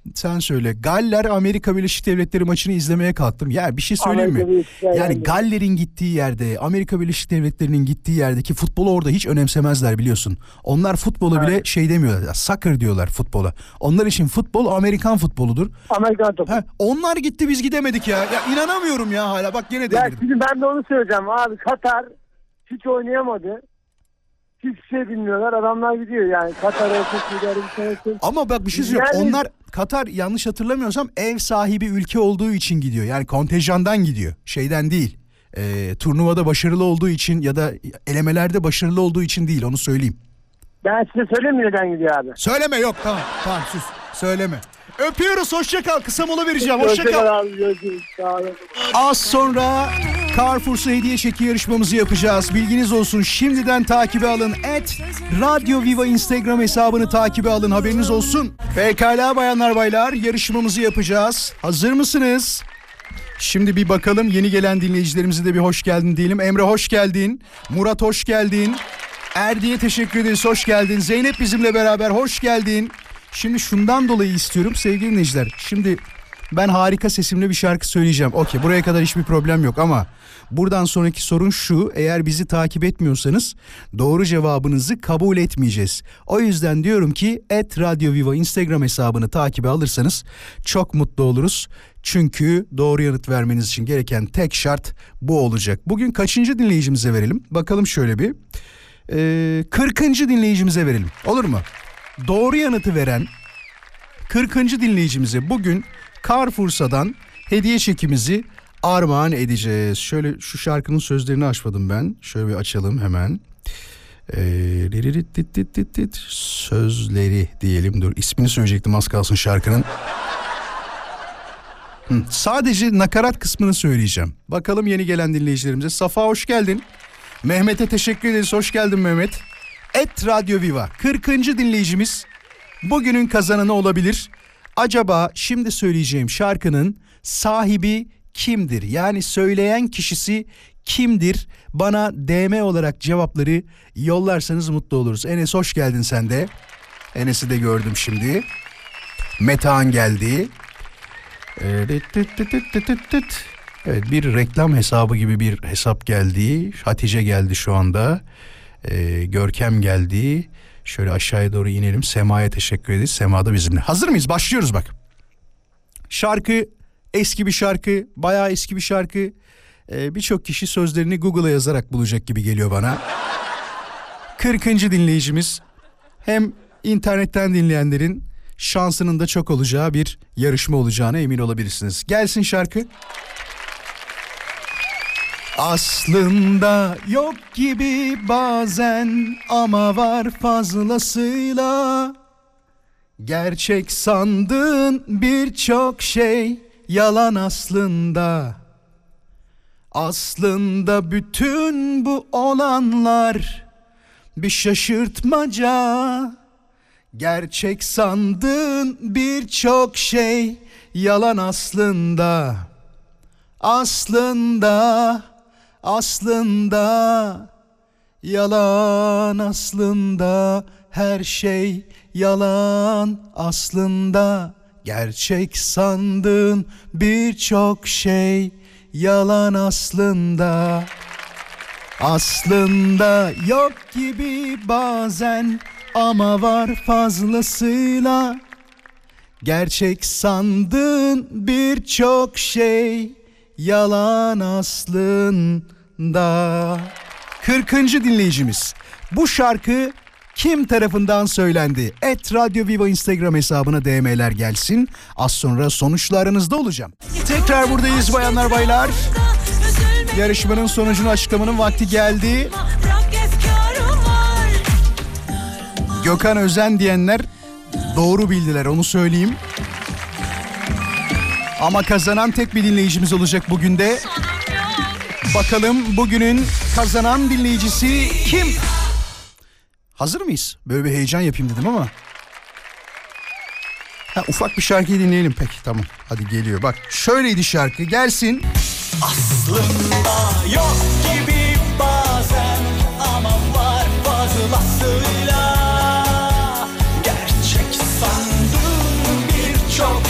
Sen söyle. Galler Amerika Birleşik Devletleri maçını izlemeye kalktım. Ya bir şey söyleyeyim mi? Yani Galler'in gittiği yerde, Amerika Birleşik Devletleri'nin gittiği yerdeki futbolu orada hiç önemsemezler biliyorsun. Onlar futbolu bile şey demiyorlar. Soccer diyorlar futbola. Onlar için futbol Amerikan futboludur. Amerikan topu. He, onlar gitti biz gidemedik ya. Ya inanamıyorum ya hala. Bak gene Ya delirdim. şimdi ben de onu söyleyeceğim abi. Katar hiç oynayamadı. Hiçbir şey bilmiyorlar. Adamlar gidiyor yani. Katar olsun, Suudi Arabistan olsun. Ama bak bir şey söyleyeyim. Yani- Onlar Katar yanlış hatırlamıyorsam ev sahibi ülke olduğu için gidiyor. Yani kontenjandan gidiyor. Şeyden değil. Ee, turnuvada başarılı olduğu için ya da elemelerde başarılı olduğu için değil. Onu söyleyeyim. Ben size söyleyeyim mi neden gidiyor abi? Söyleme yok tamam. Tamam sus. Söyleme. Öpüyoruz. Hoşça kal. Kısa mola vereceğim. Hoşça Hoşça kal. kal abi. Görüşürüz. Sağ olun. Az sonra Carrefour'sa hediye çeki yarışmamızı yapacağız. Bilginiz olsun. Şimdiden takibe alın. Et Radyo Viva Instagram hesabını takibe alın. Haberiniz olsun. Pekala bayanlar baylar. Yarışmamızı yapacağız. Hazır mısınız? Şimdi bir bakalım yeni gelen dinleyicilerimize de bir hoş geldin diyelim. Emre hoş geldin. Murat hoş geldin. Erdi'ye teşekkür ederiz. Hoş geldin. Zeynep bizimle beraber hoş geldin. Şimdi şundan dolayı istiyorum sevgili dinleyiciler. Şimdi ben harika sesimle bir şarkı söyleyeceğim. Okey, buraya kadar hiçbir problem yok ama buradan sonraki sorun şu: eğer bizi takip etmiyorsanız doğru cevabınızı kabul etmeyeceğiz. O yüzden diyorum ki et Radyo Viva Instagram hesabını takibe alırsanız çok mutlu oluruz. Çünkü doğru yanıt vermeniz için gereken tek şart bu olacak. Bugün kaçıncı dinleyicimize verelim? Bakalım şöyle bir. Ee, kırkıncı dinleyicimize verelim. Olur mu? Doğru yanıtı veren kırkıncı dinleyicimize bugün Carrefour'dan hediye çekimizi armağan edeceğiz. Şöyle şu şarkının sözlerini açmadım ben. Şöyle bir açalım hemen. Ee, sözleri diyelim. Dur, ismini söyleyecektim az kalsın şarkının. Hı, sadece nakarat kısmını söyleyeceğim. Bakalım yeni gelen dinleyicilerimize. Safa hoş geldin. Mehmet'e teşekkür ederiz. Hoş geldin Mehmet. Et Radyo Viva kırkıncı dinleyicimiz bugünün kazananı olabilir. Acaba şimdi söyleyeceğim şarkının sahibi kimdir? Yani söyleyen kişisi kimdir? Bana D M olarak cevapları yollarsanız mutlu oluruz. Enes hoş geldin sen de. Enes'i de gördüm şimdi. Metehan geldi. Evet, bir reklam hesabı gibi bir hesap geldi. Hatice geldi şu anda. Ee, Görkem geldi. Şöyle aşağıya doğru inelim. Sema'ya teşekkür ederiz. Sema da bizimle. Hazır mıyız? Başlıyoruz bak. Şarkı eski bir şarkı. Bayağı eski bir şarkı. Ee, birçok kişi sözlerini Google'a yazarak bulacak gibi geliyor bana. kırkıncı dinleyicimiz. Hem internetten dinleyenlerin şansının da çok olacağı bir yarışma olacağına emin olabilirsiniz. Gelsin şarkı. Aslında yok gibi bazen ama var fazlasıyla. Gerçek sandığın birçok şey yalan aslında. Aslında bütün bu olanlar bir şaşırtmaca. Gerçek sandığın birçok şey yalan aslında. Aslında, aslında, yalan aslında. Her şey yalan aslında. Gerçek sandığın birçok şey yalan aslında. Aslında yok gibi bazen ama var fazlasıyla. Gerçek sandığın birçok şey yalan aslında. kırkıncı dinleyicimiz. Bu şarkı kim tarafından söylendi? Et Radyo Viva Instagram hesabına D M'ler gelsin. Az sonra sonuçlarınızda olacağım. Tekrar buradayız bayanlar baylar. Yarışmanın sonucunu açıklamanın vakti geldi. Gökhan Özen diyenler doğru bildiler, onu söyleyeyim. Ama kazanan tek bir dinleyicimiz olacak bugün de. Bakalım bugünün kazanan dinleyicisi kim? Hazır mıyız? Böyle bir heyecan yapayım dedim ama. Ha, ufak bir şarkıyı dinleyelim peki, tamam. Hadi geliyor bak. Şöyleydi şarkı, gelsin. Aslında yok gibi bazen ama var fazlasıyla. Gerçek sandığım birçok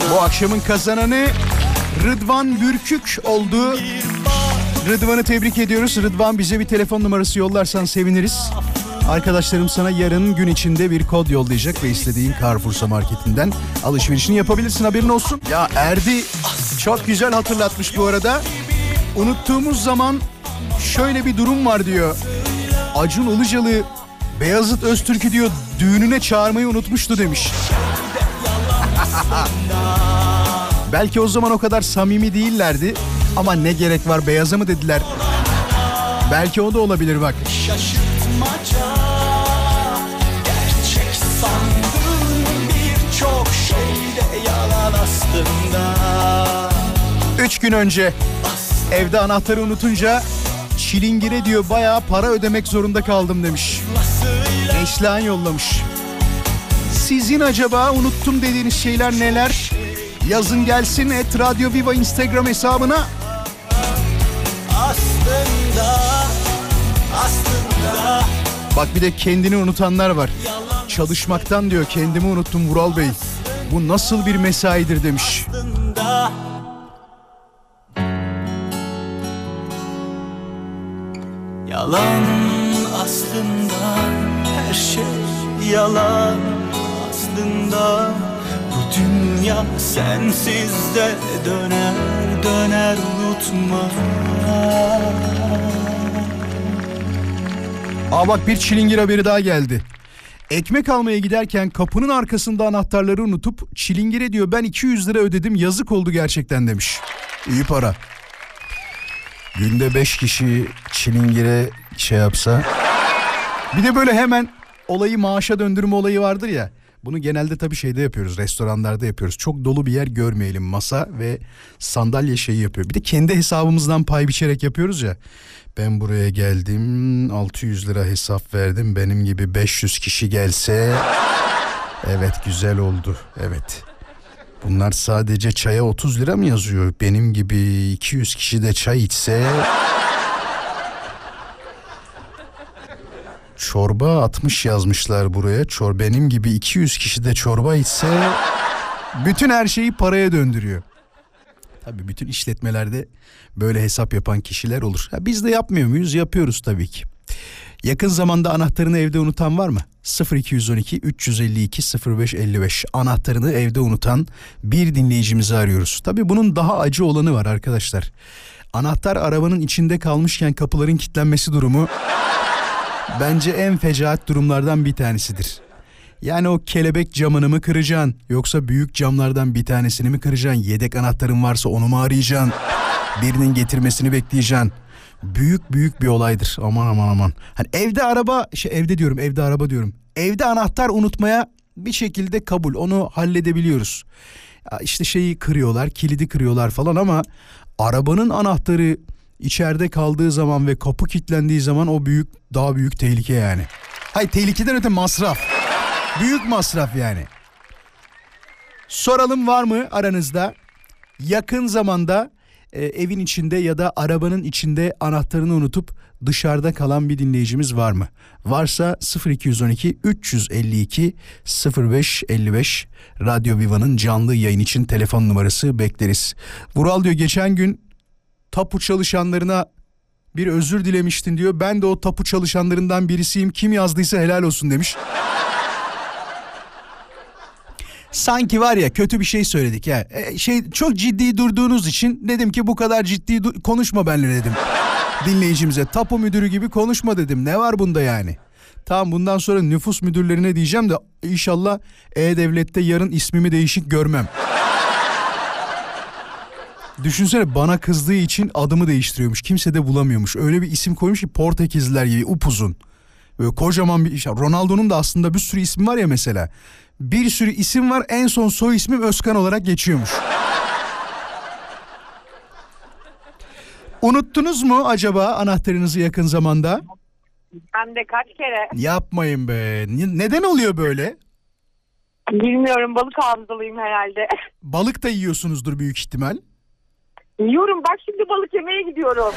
Bu akşamın kazananı Rıdvan Bürkük oldu. Rıdvan'ı tebrik ediyoruz. Rıdvan, bize bir telefon numarası yollarsan seviniriz. Arkadaşlarım sana yarın gün içinde bir kod yollayacak ve istediğin Carrefour marketinden alışverişini yapabilirsin, haberin olsun. Ya Erdi çok güzel hatırlatmış bu arada. Unuttuğumuz zaman şöyle bir durum var diyor. Acun Ilıcalı Beyazıt Öztürk'ü diyor düğününe çağırmayı unutmuştu demiş. Belki o zaman o kadar samimi değillerdi ama ne gerek var, Beyaz'a mı dediler? Belki o da olabilir bak. Şaşırtmaca, gerçek sandığın birçok şey de yalan aslında. Üç gün önce evde anahtarı unutunca çilingire diyor bayağı para ödemek zorunda kaldım demiş. Neslihan yollamış. Sizin acaba unuttum dediğiniz şeyler neler? Yazın gelsin et Radyo Viva Instagram hesabına. Aslında, aslında. Bak bir de kendini unutanlar var. Çalışmaktan diyor kendimi unuttum Vural Bey. Bu nasıl bir mesaidir demiş. Aslında. Yalan aslında, her şey yalan aslında. Bu dünya sensiz de döner döner, unutma. Aa bak, bir çilingir haberi daha geldi. Ekmek almaya giderken kapının arkasında anahtarları unutup çilingire diyor ben iki yüz lira ödedim, yazık oldu gerçekten demiş. İyi para. Günde beş kişi çilingire şey yapsa. Bir de böyle hemen olayı maaşa döndürme olayı vardır ya. Bunu genelde tabii şeyde yapıyoruz, restoranlarda yapıyoruz. Çok dolu bir yer görmeyelim, masa ve sandalye şeyi yapıyor. Bir de kendi hesabımızdan pay biçerek yapıyoruz ya. Ben buraya geldim, altı yüz lira hesap verdim, benim gibi beş yüz kişi gelse. Evet, güzel oldu, evet. Bunlar sadece çaya otuz lira mı yazıyor? Benim gibi iki yüz kişi de çay içse... Çorba altmış yazmışlar buraya. Çor benim gibi iki yüz kişi de çorba içse bütün her şeyi paraya döndürüyor. Tabii bütün işletmelerde böyle hesap yapan kişiler olur. Ha, biz de yapmıyor muyuz? Yapıyoruz tabii ki. Yakın zamanda anahtarını evde unutan var mı? sıfır iki on iki üç yüz elli iki sıfır beş elli beş anahtarını evde unutan bir dinleyicimizi arıyoruz. Tabii bunun daha acı olanı var arkadaşlar. Anahtar arabanın içinde kalmışken kapıların kilitlenmesi durumu bence en fecaat durumlardan bir tanesidir. Yani o kelebek camını mı kıracaksın, yoksa büyük camlardan bir tanesini mi kıracaksın? Yedek anahtarın varsa onu mu arayacaksın? Birinin getirmesini bekleyeceksin. Büyük büyük bir olaydır. Aman aman aman. Hani evde araba, şey evde diyorum, evde araba diyorum. Evde anahtar unutmaya bir şekilde kabul. Onu halledebiliyoruz. Ya işte şeyi kırıyorlar, kilidi kırıyorlar falan ama arabanın anahtarı içeride kaldığı zaman ve kapı kilitlendiği zaman o büyük, daha büyük tehlike yani. Hayır, tehlikeden öte masraf. Büyük masraf yani. Soralım, var mı aranızda yakın zamanda e, evin içinde ya da arabanın içinde anahtarını unutup dışarıda kalan bir dinleyicimiz var mı? Varsa sıfır iki on iki üç yüz elli iki sıfır beş elli beş Radyo Viva'nın canlı yayın için telefon numarası bekleriz. Vural diyor geçen gün tapu çalışanlarına bir özür dilemiştin diyor. Ben de o tapu çalışanlarından birisiyim. Kim yazdıysa helal olsun demiş. Sanki var ya kötü bir şey söyledik ya. E, şey çok ciddi durduğunuz için dedim ki bu kadar ciddi du- konuşma benimle dedim. Dinleyicimize tapu müdürü gibi konuşma dedim. Ne var bunda yani? Tamam, bundan sonra nüfus müdürlerine diyeceğim de inşallah E-Devlet'te yarın ismimi değişik görmem. Düşünsene, bana kızdığı için adımı değiştiriyormuş. Kimse de bulamıyormuş. Öyle bir isim koymuş ki Portekizliler gibi upuzun. Böyle kocaman bir iş. Ronaldo'nun da aslında bir sürü ismi var ya mesela. Bir sürü isim var, en son soy ismim Özkan olarak geçiyormuş. Unuttunuz mu acaba anahtarınızı yakın zamanda? Hem de kaç kere. Yapmayın be. Neden oluyor böyle? Bilmiyorum, balık hafızalıyım herhalde. Balık da yiyorsunuzdur büyük ihtimal. Yiyorum, bak şimdi balık yemeye gidiyorum.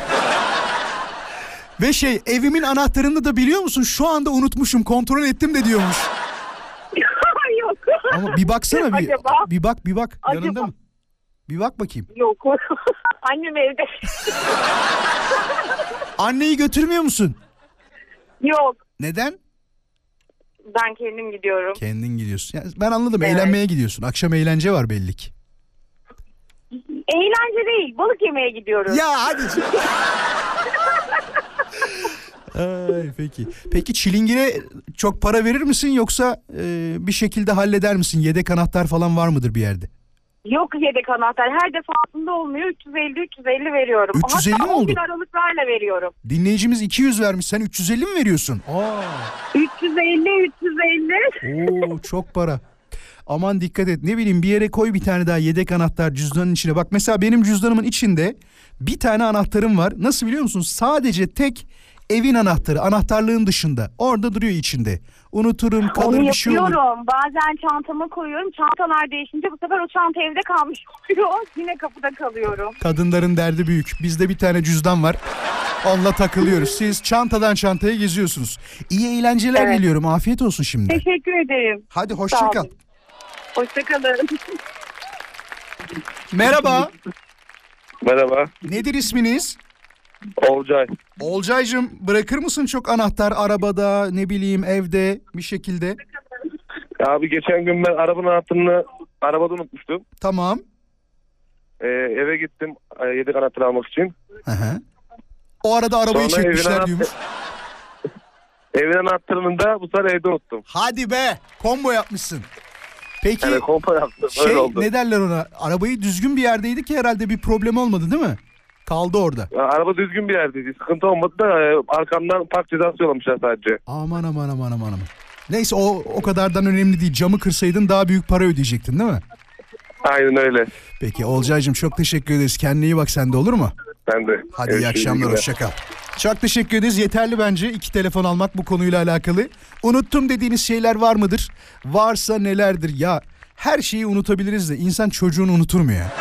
Ve şey, evimin anahtarını da biliyor musun? Şu anda unutmuşum, kontrol ettim de diyormuş. Yok. Ama bir baksana bir. Acaba? Bir bak bir bak. Acaba? Yanında mı? Bir bak bakayım. Yok. Annem evde. Anneyi götürmüyor musun? Yok. Neden? Ben kendim gidiyorum. Kendin gidiyorsun. Yani ben anladım. Evet. Eğlenmeye gidiyorsun. Akşam eğlence var belli ki. Eğlence değil. Balık yemeye gidiyoruz. Ya hadi. Ay, peki. Peki çilingire çok para verir misin yoksa e, bir şekilde halleder misin? Yedek anahtar falan var mıdır bir yerde? Yok yedek anahtar. Her defasında olmuyor. üç yüz elli üç yüz elli veriyorum. üç yüz elli Hatta mi oldu? on gün aralıklarla veriyorum. Dinleyicimiz iki yüz vermiş. Sen üç yüz elli mi veriyorsun? Aa. üç yüz elli üç yüz elli. Oo, çok para. Aman dikkat et. Ne bileyim bir yere koy bir tane daha yedek anahtar cüzdanın içine. Bak mesela benim cüzdanımın içinde bir tane anahtarım var. Nasıl biliyor musun? Sadece tek evin anahtarı. Anahtarlığın dışında. Orada duruyor içinde. Unuturum, kalır, Onu bir şey olur. yapıyorum. Bazen çantama koyuyorum. Çantalar değişince bu sefer o çanta evde kalmış oluyor. Yine kapıda kalıyorum. Kadınların derdi büyük. Bizde bir tane cüzdan var. Onunla takılıyoruz. Siz çantadan çantaya geziyorsunuz. İyi eğlenceler Evet. diliyorum. Afiyet olsun şimdi. Teşekkür ederim. Hadi Sağ hoşça kal. olun. Hoşça kalın. Merhaba. Merhaba. Nedir isminiz? Olcay. Olcaycığım bırakır mısın çok anahtar arabada, ne bileyim evde bir şekilde? Abi geçen gün ben arabanın anahtarını arabada unutmuştum. Tamam. Ee, eve gittim e, yedek anahtarı almak için. Hı hı. O arada arabayı Sonra çekmişler evin diyormuş. Evin anahtarını da bu sefer evde unuttum. Hadi be, combo yapmışsın. Peki Yani kompa yaptım. şey Öyle oldu. ne derler ona? Arabayı düzgün bir yerdeydi ki herhalde bir problem olmadı değil mi? Kaldı orada. Ya, araba düzgün bir yerdeydi. Sıkıntı olmadı da e, arkamdan park cezası yollamışlar sadece. Aman aman aman aman aman. Neyse o o kadardan önemli değil. Camı kırsaydın daha büyük para ödeyecektin değil mi? Aynen öyle. Peki Olcaycığım çok teşekkür ederiz. Kendine iyi bak sen de olur mu? Ben de. Hadi iyi Görüşürüz, akşamlar, günler. hoşça kal. Çok teşekkür ederiz. Yeterli bence iki telefon almak bu konuyla alakalı. Unuttum dediğiniz şeyler var mıdır? Varsa nelerdir? Ya her şeyi unutabiliriz de insan çocuğunu unutur mu ya?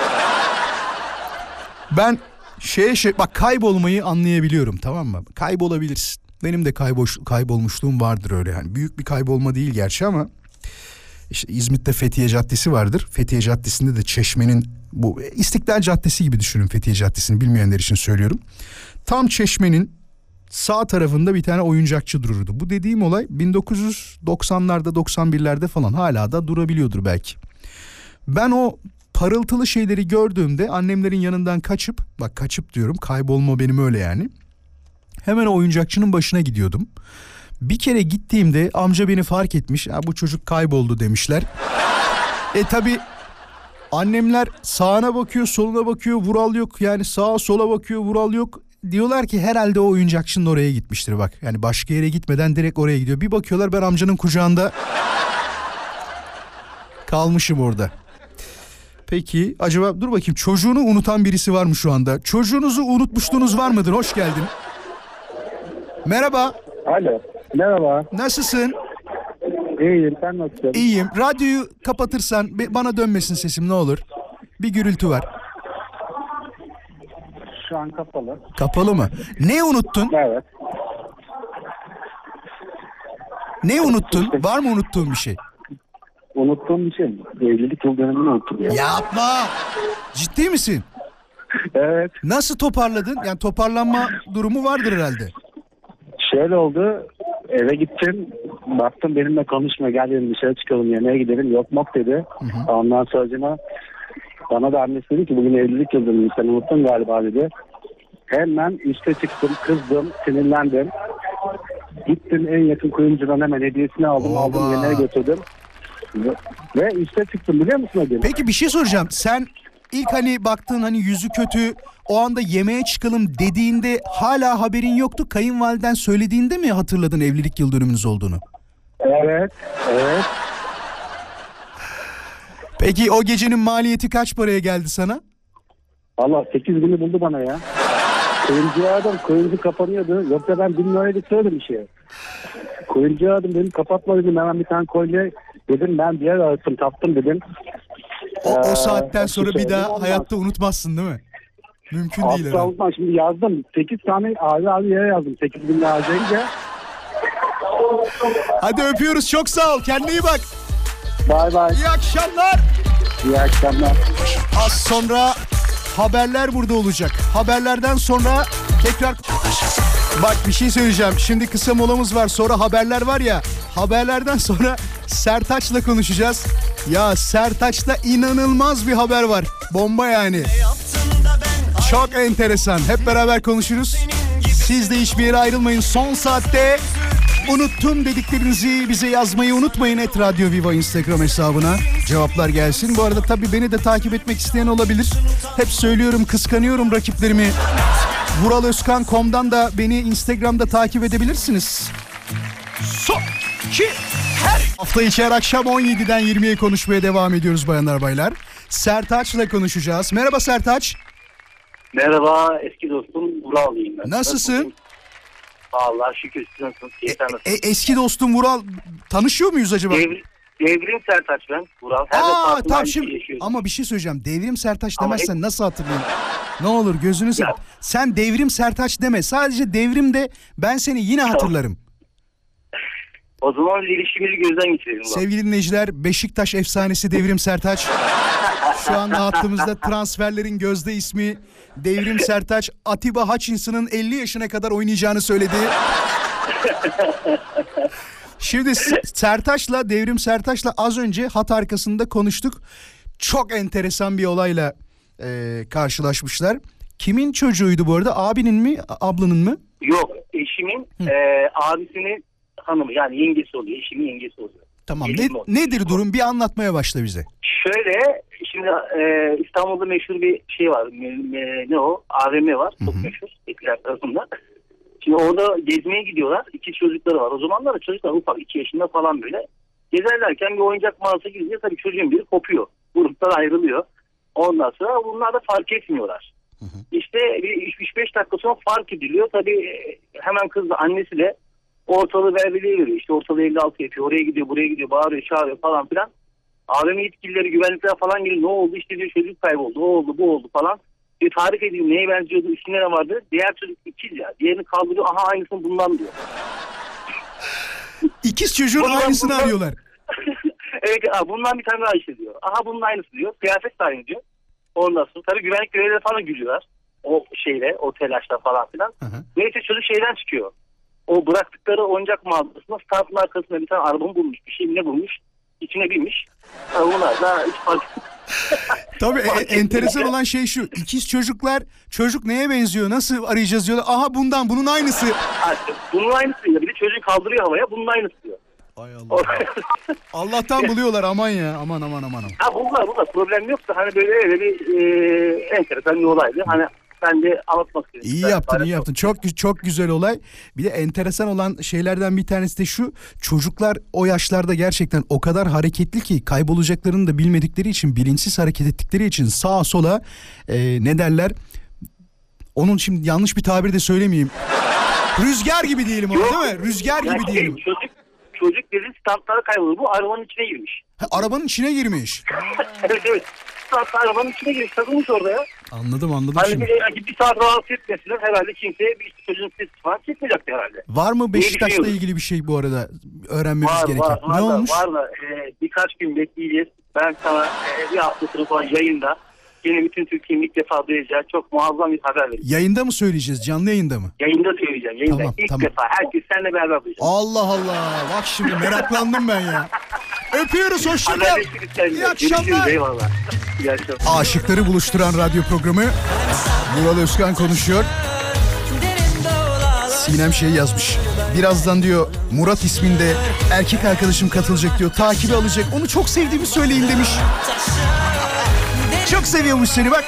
Ben şey şey bak kaybolmayı anlayabiliyorum, tamam mı? Kaybolabilirsin. Benim de kayboş, kaybolmuşluğum vardır öyle yani. Büyük bir kaybolma değil gerçi ama işte İzmit'te Fethiye Caddesi vardır. Fethiye Caddesi'nde de Çeşme'nin bu İstiklal Caddesi gibi düşünün Fethiye Caddesi'ni, bilmeyenler için söylüyorum. Tam Çeşme'nin sağ tarafında bir tane oyuncakçı dururdu. Bu dediğim olay bin dokuz yüz doksanlarda doksan birlerde falan, hala da durabiliyordur belki. Ben o parıltılı şeyleri gördüğümde annemlerin yanından kaçıp, bak kaçıp diyorum, kaybolma benim öyle yani. Hemen o oyuncakçının başına gidiyordum. Bir kere gittiğimde amca beni fark etmiş. Ha, bu çocuk kayboldu demişler. E tabi annemler sağına bakıyor, soluna bakıyor, Vural yok. Yani sağa sola bakıyor, Vural yok. Diyorlar ki herhalde o oyuncakçının oraya gitmiştir bak. Yani başka yere gitmeden direkt oraya gidiyor. Bir bakıyorlar ben amcanın kucağında kalmışım orada. Peki acaba dur bakayım, çocuğunu unutan birisi var mı şu anda? Çocuğunuzu unutmuşluğunuz var mıdır? Hoş geldin. Merhaba. Alo. Merhaba. Nasılsın? İyiyim. Sen nasılsın? İyiyim. Radyoyu kapatırsan bana dönmesin sesim ne olur. Bir gürültü var. Şu an kapalı. Kapalı mı? Ne unuttun? Evet. Ne unuttun? Var mı unuttuğun bir şey? Unuttuğum bir şey. Evlilik yıl dönümünü unuttum ya. Yapma. Ciddi misin? Evet. Nasıl toparladın? Yani toparlanma durumu vardır herhalde. Şöyle oldu. Eve gittim. Baktım benimle konuşma. Gel dedim dışarı çıkalım yemeğe gidelim. Yok mok dedi. Hı hı. Ondan sonra bana da annesi dedi ki bugün evlilik yıl dönümü. Sen unuttun galiba dedi. Hemen üste çıktım. Kızdım. Sinirlendim. Gittim en yakın kuyumcudan hemen hediyesini aldım. Oba. Aldım yemeğe götürdüm. Ve, ve üste çıktım biliyor musun o gün? Peki bir şey soracağım. Sen ilk hani baktın hani yüzü kötü, o anda yemeğe çıkalım dediğinde hala haberin yoktu. Kayınvaliden söylediğinde mi hatırladın evlilik yıl dönümünüz olduğunu? Evet. Evet. Peki o gecenin maliyeti kaç paraya geldi sana? Allah sekiz günü buldu bana ya. Kuyumcuya adam, kuyumcu kapanıyordu. Yoksa ben bin liraylık söyledim bir şey. Kuyumcuya adam dedim kapatma dedim, hemen bir tane kolye dedim, ben bir yer arattım taptım dedim. O, o Ee, saatten sonra bir söyledim, daha olmaz. hayatta unutmazsın değil mi? Mümkün değil Asla herhalde. unutmam, şimdi yazdım. sekiz tane abi abi yere yazdım. sekiz bin lira harcayınca. Hadi öpüyoruz, çok sağ ol, kendine iyi bak. Bay bay. İyi akşamlar. İyi akşamlar. Az sonra haberler burada olacak. Haberlerden sonra tekrar... Bak bir şey söyleyeceğim. Şimdi kısa molamız var. Sonra haberler var ya. Haberlerden sonra Sertaç'la konuşacağız. Ya Sertaç'ta inanılmaz bir haber var. Bomba yani. Çok enteresan. Hep beraber konuşuruz. Siz de hiçbir yere ayrılmayın. Son saatte unuttum dediklerinizi bize yazmayı unutmayın. Et Radyo Viva Instagram hesabına cevaplar gelsin. Bu arada tabii beni de takip etmek isteyen olabilir. Hep söylüyorum, kıskanıyorum rakiplerimi. vural özkan nokta com'dan da beni Instagram'da takip edebilirsiniz. Son iki her hafta içi her akşam on yediden yirmiye konuşmaya devam ediyoruz bayanlar baylar. Sertaç'la konuşacağız. Merhaba Sertaç. Merhaba eski dostum Vural'ıyım ben. Nasılsın? Allah şükür siz nasılsınız? E, e, eski dostum Vural, tanışıyor muyuz acaba? Devrim, devrim Sertaç ben Vural. Her Aa tamam şimdi ama bir şey söyleyeceğim. Devrim Sertaç demezsen hep... nasıl hatırlayayım? Ne olur gözünü seveyim. Sen Devrim Sertaç deme. Sadece Devrim de ben seni yine hatırlarım. O zaman ilişkimizi gözden geçirelim. Sevgili dinleyiciler, Beşiktaş efsanesi Devrim Sertaç. Şu anda hattımızda transferlerin gözde ismi Devrim Sertaç. Atiba Hutchinson'ın elli yaşına kadar oynayacağını söyledi. Şimdi Sertaç'la, Devrim Sertaç'la az önce hat arkasında konuştuk. Çok enteresan bir olayla e, karşılaşmışlar. Kimin çocuğuydu bu arada? Abinin mi, ablanın mı? Yok, eşimin e, abisinin hanımı, yani yengesi oluyor. Eşimin yengesi oluyor. Tamam. Ne, nedir durum? Bir anlatmaya başla bize. Şöyle, şimdi e, İstanbul'da meşhur bir şey var. E, ne o? A V M var. Çok Hı-hı. meşhur. Etiler tarafında. Şimdi orada gezmeye gidiyorlar. İki çocukları var. O zamanlar çocuklar ufak, iki yaşında falan böyle. Gezerlerken bir oyuncak mağazası girince tabii çocuğun biri kopuyor. Gruplar ayrılıyor. Ondan sonra bunlar da fark etmiyorlar. Hı hı. İşte bir üç beş dakika sonra fark ediliyor. Tabii hemen kız da annesi de ortalığı berbeliğe veriyor. İşte ortalığı elli altı yapıyor. Oraya gidiyor, buraya gidiyor, bağırıyor, çağırıyor falan filan. A V M yetkilileri, güvenlikler falan geliyor. Ne oldu? İşte diyor çocuk kayboldu. O oldu, bu oldu falan. Bir tarif edeyim neye benziyordu, üstünde ne vardı? Diğer çocuk ikiz ya. Diğerini kaldırıyor. Aha aynısını bundan diyor. İkiz çocuğun bundan, aynısını bundan... arıyorlar. Evet, aha, bundan bir tane daha işte diyor. Aha bunun aynısı diyor. Kıyafet de aynı diyor. Ondan sonra tabii güvenlik görevlileri falan gülüyorlar. O şeyle, o telaşla falan filan. Hı hı. Neyse çocuk şeyden çıkıyor. O bıraktıkları oyuncak mağazasında startın arkasında bir tane araba bulmuş. Bir şey ne bulmuş? İçine binmiş. Bunlar da hiç fark Tabii e, enteresan olan şey şu. İkiz çocuklar, çocuk neye benziyor, nasıl arayacağız diyorlar. Aha bundan, bunun aynısı. Bunun aynısı diyor. Bir de çocuğu kaldırıyor havaya, bunun aynısı diyor. Ay Allah. Allah'tan buluyorlar, aman ya. Aman aman aman. Ha bunlar bunlar problem yoksa hani böyle öyle bir e, enteresan bir olaydı. Hani ben de anlatmak istedim. İyi yaptın, iyi yaptın. Çok çok güzel olay. Bir de enteresan olan şeylerden bir tanesi de şu. Çocuklar o yaşlarda gerçekten o kadar hareketli ki kaybolacaklarını da bilmedikleri için, bilinçsiz hareket ettikleri için sağa sola e, ne derler? Onun şimdi yanlış bir tabir de söylemeyeyim. Rüzgar gibi diyelim ona, değil mi? Rüzgar yani gibi diyelim. Çocuk çocuk dedi standlara kayboldu. Bu arabanın içine girmiş. Ha, arabanın içine girmiş. Evet evet. Standlar arabanın içine girmiş. Takılmış orada ya. Anladım anladım hani şimdi. Bir, bir saat rahatsız etmesinler. Herhalde kimseye bir çocuğun sesi falan çekmeyecekti herhalde. Var mı Beşiktaş'la ilgili bir şey bu arada öğrenmemiz var, gereken? Var, ne var olmuş? Da, var da e, birkaç gün bekleyeceğiz. Ben sana e, bir hafta sonra falan yayında yine bütün Türkiye'nin ilk defa duyacağı çok muazzam bir haber vereceğim. Yayında mı söyleyeceğiz? Canlı yayında mı? Yayında söyleyeceğim. Yayında. Tamam, ilk tamam. defa. Herkes seninle beraber duyacak. Allah Allah. Bak şimdi meraklandım ben ya. Öpüyoruz. Hoşça kal. İyi akşamlar. Eyvallah. İyi akşamlar. Aşıkları buluşturan radyo programı. Vural Özkan konuşuyor. Sinem şey yazmış. Birazdan diyor Murat isminde erkek arkadaşım katılacak diyor. Takibi alacak. Onu çok sevdiğimi söyleyin demiş. Çok seviyormuş seni bak.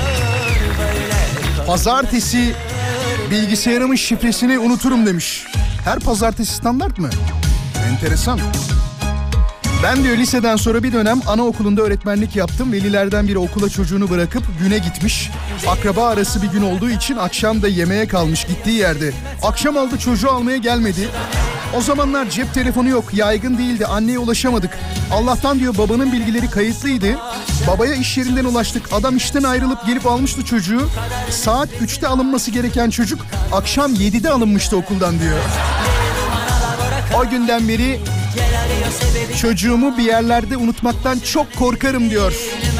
Pazartesi bilgisayarımın şifresini unuturum demiş. Her pazartesi standart mı? Enteresan. Ben diyor liseden sonra bir dönem anaokulunda öğretmenlik yaptım. Velilerden biri okula çocuğunu bırakıp güne gitmiş. Akraba arası bir gün olduğu için akşam da yemeğe kalmış gittiği yerde. Akşam aldı çocuğu almaya gelmedi. O zamanlar cep telefonu yok, yaygın değildi, anneye ulaşamadık. Allah'tan diyor babanın bilgileri kayıtlıydı. Babaya iş yerinden ulaştık. Adam işten ayrılıp gelip almıştı çocuğu. Saat üçte alınması gereken çocuk akşam yedide alınmıştı okuldan diyor. O günden beri Çocuğumu bir yerlerde unutmaktan çok korkarım diyor.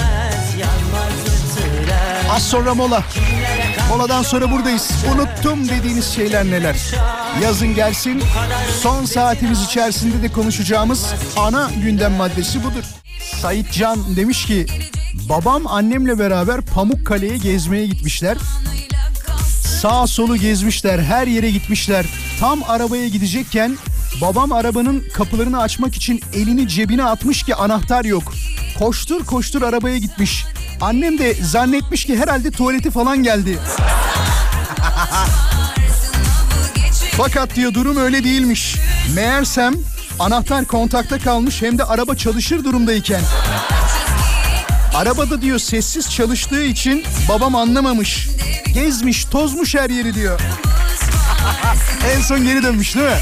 Az sonra mola. Moladan sonra buradayız. Unuttum dediğiniz şeyler neler? Yazın gelsin. Son saatimiz içerisinde de konuşacağımız ana gündem maddesi budur. Sait Can demiş ki babam annemle beraber Pamukkale'ye gezmeye gitmişler. Sağ solu gezmişler, her yere gitmişler. Tam arabaya gidecekken babam arabanın kapılarını açmak için elini cebine atmış ki anahtar yok. Koştur koştur arabaya gitmiş. Annem de zannetmiş ki herhalde tuvaleti falan geldi. Fakat diyor durum öyle değilmiş. Meğersem anahtar kontakta kalmış, hem de araba çalışır durumdayken. Arabada diyor sessiz çalıştığı için babam anlamamış. Gezmiş, tozmuş her yeri diyor. En son geri dönmüş değil mi?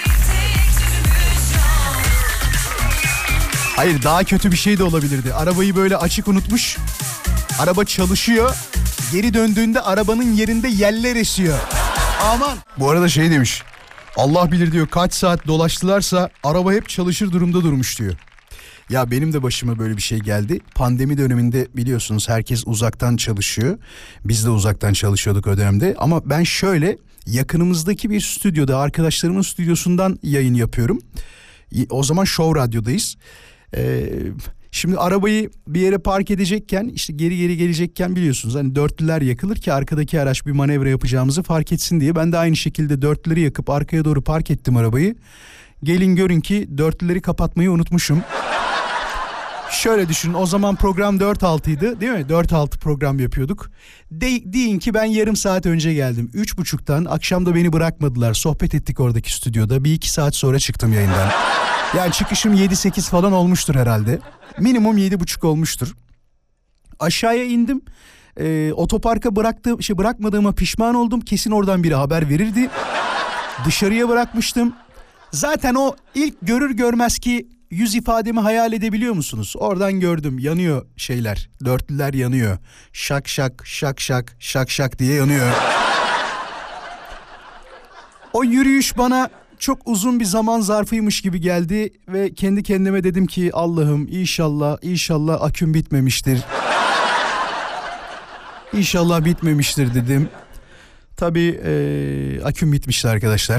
Hayır, daha kötü bir şey de olabilirdi. Arabayı böyle açık unutmuş. Araba çalışıyor. Geri döndüğünde arabanın yerinde yeller esiyor. Aman. Bu arada şey demiş. Allah bilir diyor kaç saat dolaştılarsa araba hep çalışır durumda durmuş diyor. Ya benim de başıma böyle bir şey geldi. Pandemi döneminde biliyorsunuz herkes uzaktan çalışıyor. Biz de uzaktan çalışıyorduk o dönemde. Ama ben şöyle yakınımızdaki bir stüdyoda, arkadaşlarımın stüdyosundan yayın yapıyorum. O zaman Show Radyo'dayız. Ee, şimdi arabayı bir yere park edecekken, işte geri geri gelecekken biliyorsunuz hani dörtlüler yakılır ki arkadaki araç bir manevra yapacağımızı fark etsin diye. Ben de aynı şekilde dörtlüleri yakıp arkaya doğru park ettim arabayı. Gelin görün ki dörtlüleri kapatmayı unutmuşum. Şöyle düşünün, o zaman program dört altıydı değil mi? dört altı program yapıyorduk. De, deyin ki ben yarım saat önce geldim. üç buçuktan akşam da beni bırakmadılar. Sohbet ettik oradaki stüdyoda. Bir iki saat sonra çıktım yayından. Yani çıkışım yedi sekiz falan olmuştur herhalde. Minimum yedi buçuk olmuştur. Aşağıya indim. Ee, otoparka bıraktığım, şey bırakmadığıma pişman oldum. Kesin oradan biri haber verirdi. Dışarıya bırakmıştım. Zaten o ilk görür görmez ki yüz ifademi hayal edebiliyor musunuz? Oradan gördüm, yanıyor şeyler. Dörtlüler yanıyor. Şak şak şak şak şak şak diye yanıyor. O yürüyüş bana çok uzun bir zaman zarfıymış gibi geldi ve kendi kendime dedim ki Allah'ım inşallah inşallah aküm bitmemiştir. İnşallah bitmemiştir dedim. Tabii ee, aküm bitmişti arkadaşlar.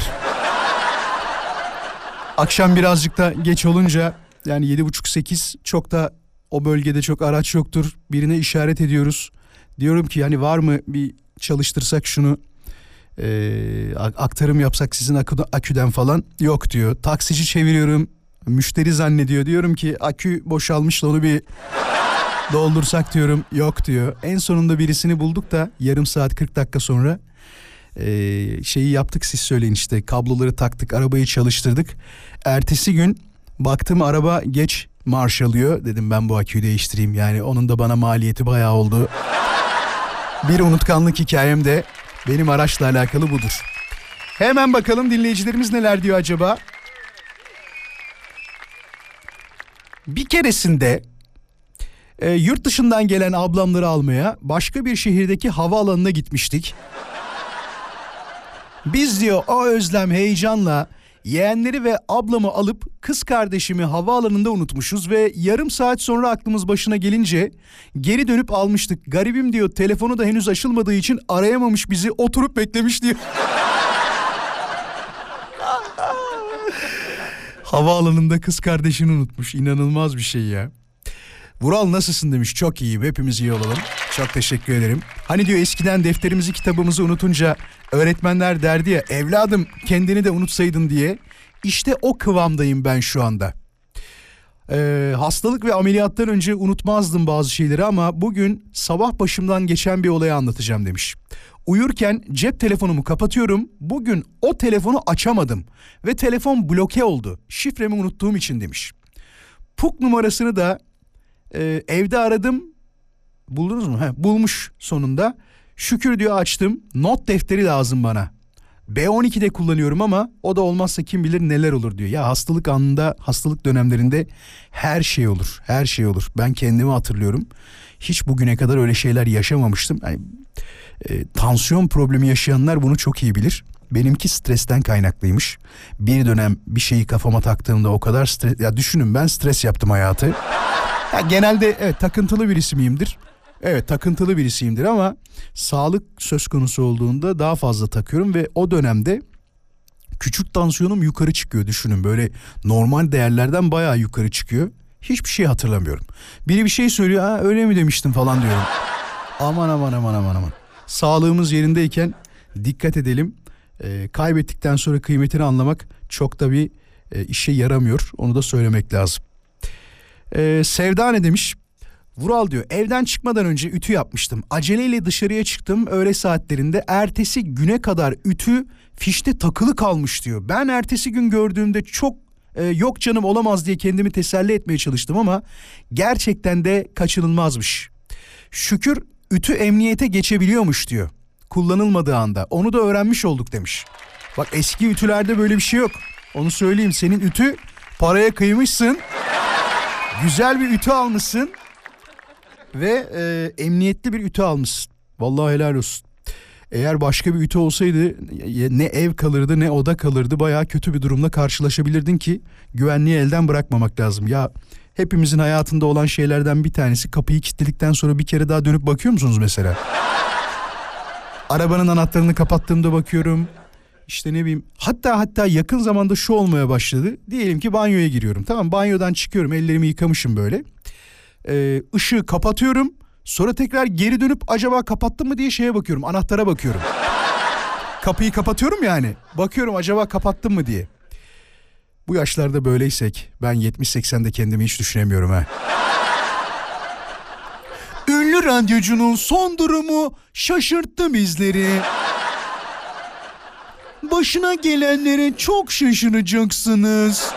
Akşam birazcık da geç olunca yani yedi buçuk sekiz çok da o bölgede çok araç yoktur. Birine işaret ediyoruz. Diyorum ki hani var mı bir çalıştırsak şunu, e, aktarım yapsak sizin akü, aküden falan. Yok diyor. Taksici çeviriyorum. Müşteri zannediyor. Diyorum ki akü boşalmış da onu bir doldursak diyorum. Yok diyor. En sonunda birisini bulduk da yarım saat kırk dakika sonra. Ee, şeyi yaptık, siz söyleyin işte, kabloları taktık, arabayı çalıştırdık. Ertesi gün baktım araba geç marş alıyor, dedim ben bu aküyü değiştireyim, yani onun da bana maliyeti bayağı oldu. Bir unutkanlık hikayem de benim araçla alakalı budur. Hemen bakalım dinleyicilerimiz neler diyor acaba. Bir keresinde e, yurt dışından gelen ablamları almaya başka bir şehirdeki havaalanına gitmiştik. Biz diyor o özlem heyecanla yeğenleri ve ablamı alıp kız kardeşimi havaalanında unutmuşuz ve yarım saat sonra aklımız başına gelince geri dönüp almıştık. Garibim diyor telefonu da henüz açılmadığı için arayamamış bizi, oturup beklemiş diyor. Havaalanında kız kardeşini unutmuş, inanılmaz bir şey ya. Vural nasılsın demiş, çok iyiyim, hepimiz iyi olalım. Çok teşekkür ederim. Hani diyor eskiden defterimizi kitabımızı unutunca öğretmenler derdi ya evladım kendini de unutsaydın diye. İşte o kıvamdayım ben şu anda. Ee, hastalık ve ameliyattan önce unutmazdım bazı şeyleri ama bugün sabah başımdan geçen bir olayı anlatacağım demiş. Uyurken cep telefonumu kapatıyorum. Bugün o telefonu açamadım ve telefon bloke oldu. Şifremi unuttuğum için demiş. P U K numarasını da e, evde aradım. Buldunuz mu? He, bulmuş sonunda. Şükür diyor açtım. Not defteri lazım bana. B on iki'de kullanıyorum ama o da olmazsa kim bilir neler olur diyor. Ya hastalık anında, hastalık dönemlerinde her şey olur. Her şey olur. Ben kendimi hatırlıyorum. Hiç bugüne kadar öyle şeyler yaşamamıştım. Yani, e, tansiyon problemi yaşayanlar bunu çok iyi bilir. Benimki stresten kaynaklıymış. Bir dönem bir şeyi kafama taktığımda o kadar stres... Ya düşünün, ben stres yaptım hayatı. Ya genelde evet takıntılı birisi miyimdir? Evet takıntılı birisiyimdir ama sağlık söz konusu olduğunda daha fazla takıyorum ve o dönemde küçük tansiyonum yukarı çıkıyor, düşünün, böyle normal değerlerden bayağı yukarı çıkıyor. Hiçbir şey hatırlamıyorum. Biri bir şey söylüyor, ha öyle mi demiştim falan diyorum. Aman aman aman aman aman. Sağlığımız yerindeyken dikkat edelim. E, kaybettikten sonra kıymetini anlamak çok da bir e, işe yaramıyor. Onu da söylemek lazım. E, Sevda ne demiş? Vural diyor, evden çıkmadan önce ütü yapmıştım. Aceleyle dışarıya çıktım öğle saatlerinde. Ertesi güne kadar ütü fişte takılı kalmış diyor. Ben ertesi gün gördüğümde çok e, yok canım olamaz diye kendimi teselli etmeye çalıştım ama gerçekten de kaçınılmazmış. Şükür ütü emniyete geçebiliyormuş diyor. Kullanılmadığı anda. Onu da öğrenmiş olduk demiş. Bak eski ütülerde böyle bir şey yok. Onu söyleyeyim, senin ütü paraya kıymışsın. Güzel bir ütü almışsın. Ve e, emniyetli bir ütü almışsın. Vallahi helal olsun. Eğer başka bir ütü olsaydı ne ev kalırdı ne oda kalırdı. Bayağı kötü bir durumla karşılaşabilirdin ki güvenliği elden bırakmamak lazım. Ya hepimizin hayatında olan şeylerden bir tanesi, kapıyı kilitledikten sonra bir kere daha dönüp bakıyor musunuz mesela? Arabanın anahtarını kapattığımda bakıyorum. İşte ne bileyim, hatta hatta yakın zamanda şu olmaya başladı. Diyelim ki banyoya giriyorum. Tamam, banyodan çıkıyorum, ellerimi yıkamışım böyle. Ee, ışığı kapatıyorum. Sonra tekrar geri dönüp acaba kapattım mı diye şeye bakıyorum. Anahtara bakıyorum. Kapıyı kapatıyorum yani. Bakıyorum acaba kapattım mı diye. Bu yaşlarda böyleysek ben yetmiş seksende kendimi hiç düşünemiyorum ha. Ünlü radyocunun son durumu şaşırttı bizleri. Başına gelenlere çok şaşıracaksınız.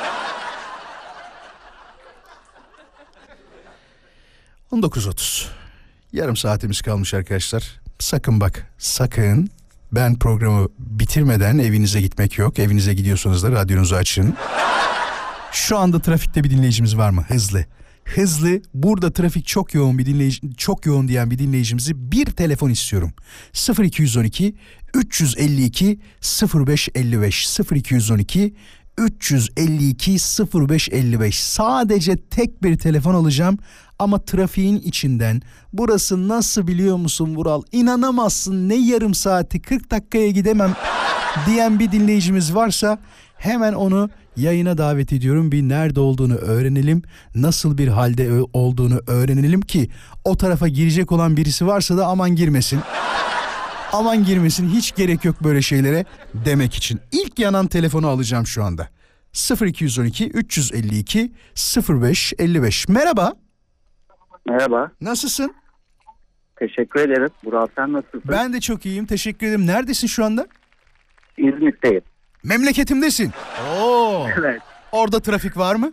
on dokuz otuz. Yarım saatimiz kalmış arkadaşlar. Sakın bak, sakın ben programı bitirmeden evinize gitmek yok. Evinize gidiyorsanız da radyonuzu açın. Şu anda trafikte bir dinleyicimiz var mı? Hızlı. Hızlı. Burada trafik çok yoğun bir dinleyici, çok yoğun diyen bir dinleyicimizi bir telefon istiyorum. sıfır iki on iki üç yüz elli iki sıfır beş elli beş sıfır iki on iki üç yüz elli iki sıfır beş elli beş. Sadece tek bir telefon alacağım ama trafiğin içinden. Burası nasıl biliyor musun Vural? İnanamazsın, ne yarım saati kırk dakikaya gidemem diyen bir dinleyicimiz varsa hemen onu yayına davet ediyorum. Bir nerede olduğunu öğrenelim. Nasıl bir halde olduğunu öğrenelim ki o tarafa girecek olan birisi varsa da aman girmesin. Aman girmesin, hiç gerek yok böyle şeylere demek için. İlk yanan telefonu alacağım şu anda. sıfır iki on iki üç yüz elli iki sıfır beş elli beş. Merhaba. Merhaba. Nasılsın? Teşekkür ederim. Burak, sen nasılsın? Ben de çok iyiyim, teşekkür ederim. Neredesin şu anda? İzmit'teyim. Memleketimdesin. Oo. Evet. Orada trafik var mı?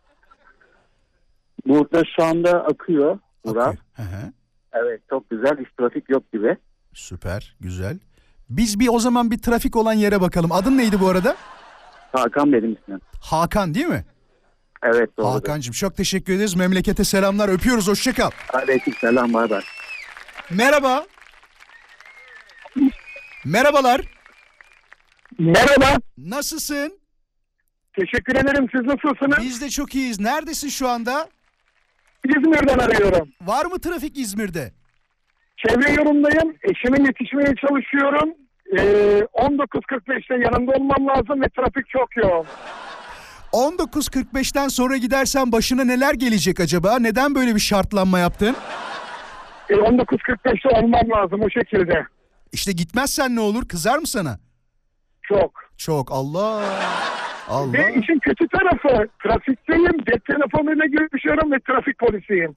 Burada şu anda akıyor Burak. Akıyor. Hı hı. Evet, çok güzel. Hiç trafik yok gibi. Süper, güzel. Biz bir o zaman bir trafik olan yere bakalım. Adın neydi bu arada? Hakan benim ismim. Hakan değil mi? Evet, doğru. Hakan'cığım çok teşekkür ederiz. Memlekete selamlar, öpüyoruz, hoşça kal. Aleyküm selam, bay bay. Merhaba. Merhabalar. Merhaba. Nasılsın? Teşekkür ederim. Siz nasılsınız? Biz de çok iyiyiz. Neredesin şu anda? İzmir'den arıyorum. Var mı trafik İzmir'de? Çevre yolundayım. Eşime yetişmeye çalışıyorum. Ee, on dokuz kırk beşte yanında olmam lazım ve trafik çok yoğun. on dokuz kırk beşten sonra gidersen başına neler gelecek acaba? Neden böyle bir şartlanma yaptın? Ee, on dokuz kırk beşte olmam lazım o şekilde. İşte gitmezsen ne olur? Kızar mı sana? Çok. Çok. Allah. Allah. Ve işin kötü tarafı, trafikteyim, cep telefonuyla görüşüyorum ve trafik polisiyim.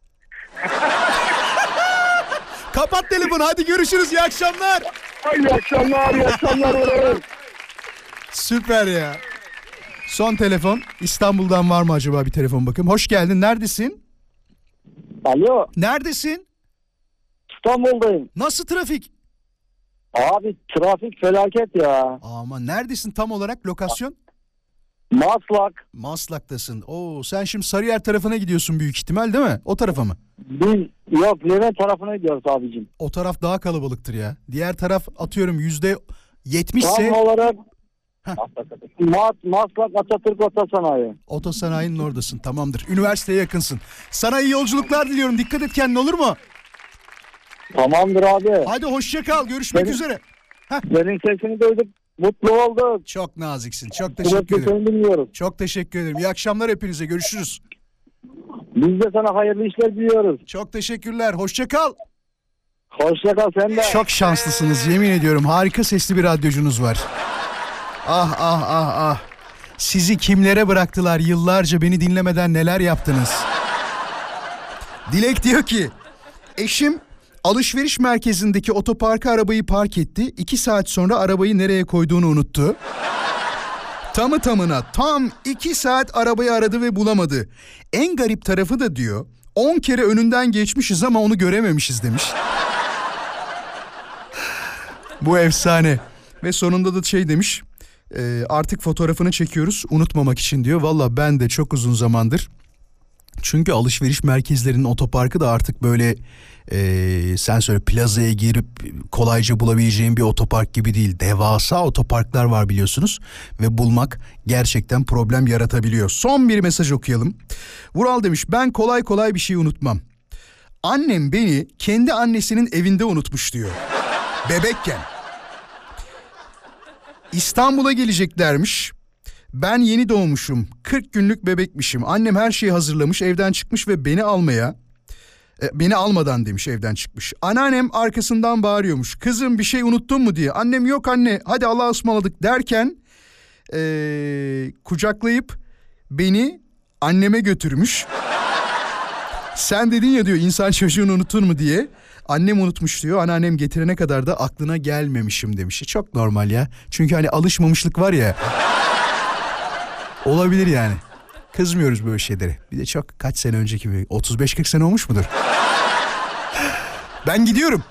Kapat telefonu, hadi görüşürüz, iyi akşamlar. İyi akşamlar, iyi akşamlar. Süper ya. Son telefon. İstanbul'dan var mı acaba bir telefon bakayım. Hoş geldin, neredesin? Alo, Neredesin? İstanbul'dayım. Nasıl trafik? Abi trafik felaket ya. Aman neredesin tam olarak, lokasyon? Maslak. Maslak'tasın. Oo, sen şimdi Sarıyer tarafına gidiyorsun büyük ihtimal değil mi? O tarafa mı? Biz yok Levent tarafına gidiyoruz abicim. O taraf daha kalabalıktır ya. Diğer taraf atıyorum yüzde yetmişse Tam olarak Mas, Maslak Atatürk Otosanayi. Otosanayinin oradasın, tamamdır. Üniversiteye yakınsın. Sana iyi yolculuklar diliyorum. Dikkat et kendine, olur mu? Tamamdır abi. Hadi hoşça kal. Görüşmek Benim- üzere. Senin sesini duyduk. Mutlu olduk. Çok naziksin. Çok teşekkür Sürekli ederim. seni dinliyoruz. Çok teşekkür ederim. İyi akşamlar hepinize. Görüşürüz. Biz de sana hayırlı işler diliyoruz. Çok teşekkürler. Hoşça kal. Hoşça kal sen de. Çok şanslısınız, yemin ediyorum. Harika sesli bir radyocunuz var. Ah ah ah ah. Sizi kimlere bıraktılar, yıllarca beni dinlemeden neler yaptınız? Dilek diyor ki, eşim alışveriş merkezindeki otoparka arabayı park etti. İki saat sonra arabayı nereye koyduğunu unuttu. Tamı tamına tam iki saat arabayı aradı ve bulamadı. En garip tarafı da diyor, on kere önünden geçmişiz ama onu görememişiz demiş. Bu efsane. Ve sonunda da şey demiş, e, artık fotoğrafını çekiyoruz unutmamak için diyor. Valla ben de çok uzun zamandır. Çünkü alışveriş merkezlerinin otoparkı da artık böyle e, sen söyle plazaya girip kolayca bulabileceğin bir otopark gibi değil. Devasa otoparklar var biliyorsunuz ve bulmak gerçekten problem yaratabiliyor. Son bir mesaj okuyalım. Vural demiş, ben kolay kolay bir şey unutmam. Annem beni kendi annesinin evinde unutmuş diyor. Bebekken. İstanbul'a geleceklermiş. Ben yeni doğmuşum. kırk günlük bebekmişim. Annem her şeyi hazırlamış, evden çıkmış ve beni almaya... E, beni almadan demiş, evden çıkmış. Anneannem arkasından bağırıyormuş. Kızım bir şey unuttun mu diye. Annem yok anne hadi Allah'a ısmarladık derken... E, kucaklayıp beni anneme götürmüş. Sen dedin ya diyor, insan çocuğunu unutur mu diye. Annem unutmuş diyor. Anneannem getirene kadar da aklına gelmemişim demiş. Çok normal ya. Çünkü hani alışmamışlık var ya. Olabilir yani. Kızmıyoruz böyle şeylere. Bir de çok kaç sene önceki bir otuz beş kırk sene olmuş mudur? Ben gidiyorum.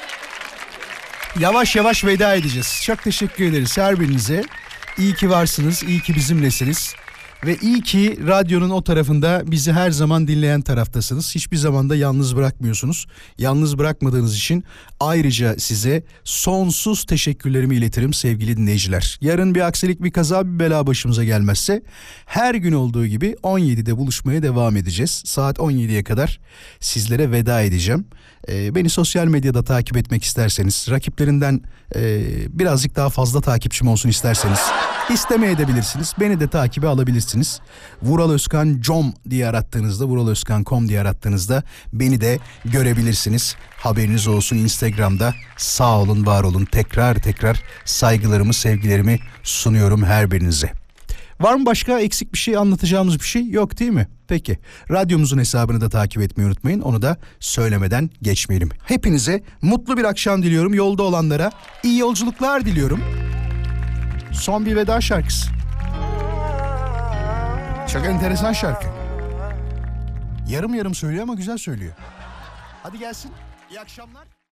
Yavaş yavaş veda edeceğiz. Çok teşekkür ederiz her birinize. İyi ki varsınız. İyi ki bizimlesiniz. Ve iyi ki radyonun o tarafında bizi her zaman dinleyen taraftasınız. Hiçbir zaman da yalnız bırakmıyorsunuz. Yalnız bırakmadığınız için ayrıca size sonsuz teşekkürlerimi iletirim sevgili dinleyiciler. Yarın bir aksilik, bir kaza, bir bela başımıza gelmezse her gün olduğu gibi on yedide buluşmaya devam edeceğiz. Saat on yediye kadar sizlere veda edeceğim. Ee, beni sosyal medyada takip etmek isterseniz, rakiplerinden e, birazcık daha fazla takipçim olsun isterseniz istemeyebilirsiniz. Beni de takibe alabilirsiniz. Vural Özkan com diye arattığınızda, vural özkan nokta com diye arattığınızda beni de görebilirsiniz. Haberiniz olsun. Instagram'da sağ olun, var olun. Tekrar tekrar saygılarımı, sevgilerimi sunuyorum her birinize. Var mı başka eksik bir şey, anlatacağımız bir şey? Yok değil mi? Peki. Radyomuzun hesabını da takip etmeyi unutmayın. Onu da söylemeden geçmeyelim. Hepinize mutlu bir akşam diliyorum. Yolda olanlara iyi yolculuklar diliyorum. Son bir veda şarkısı. Çok enteresan şarkı. Yarım yarım söylüyor ama güzel söylüyor. Hadi gelsin. İyi akşamlar.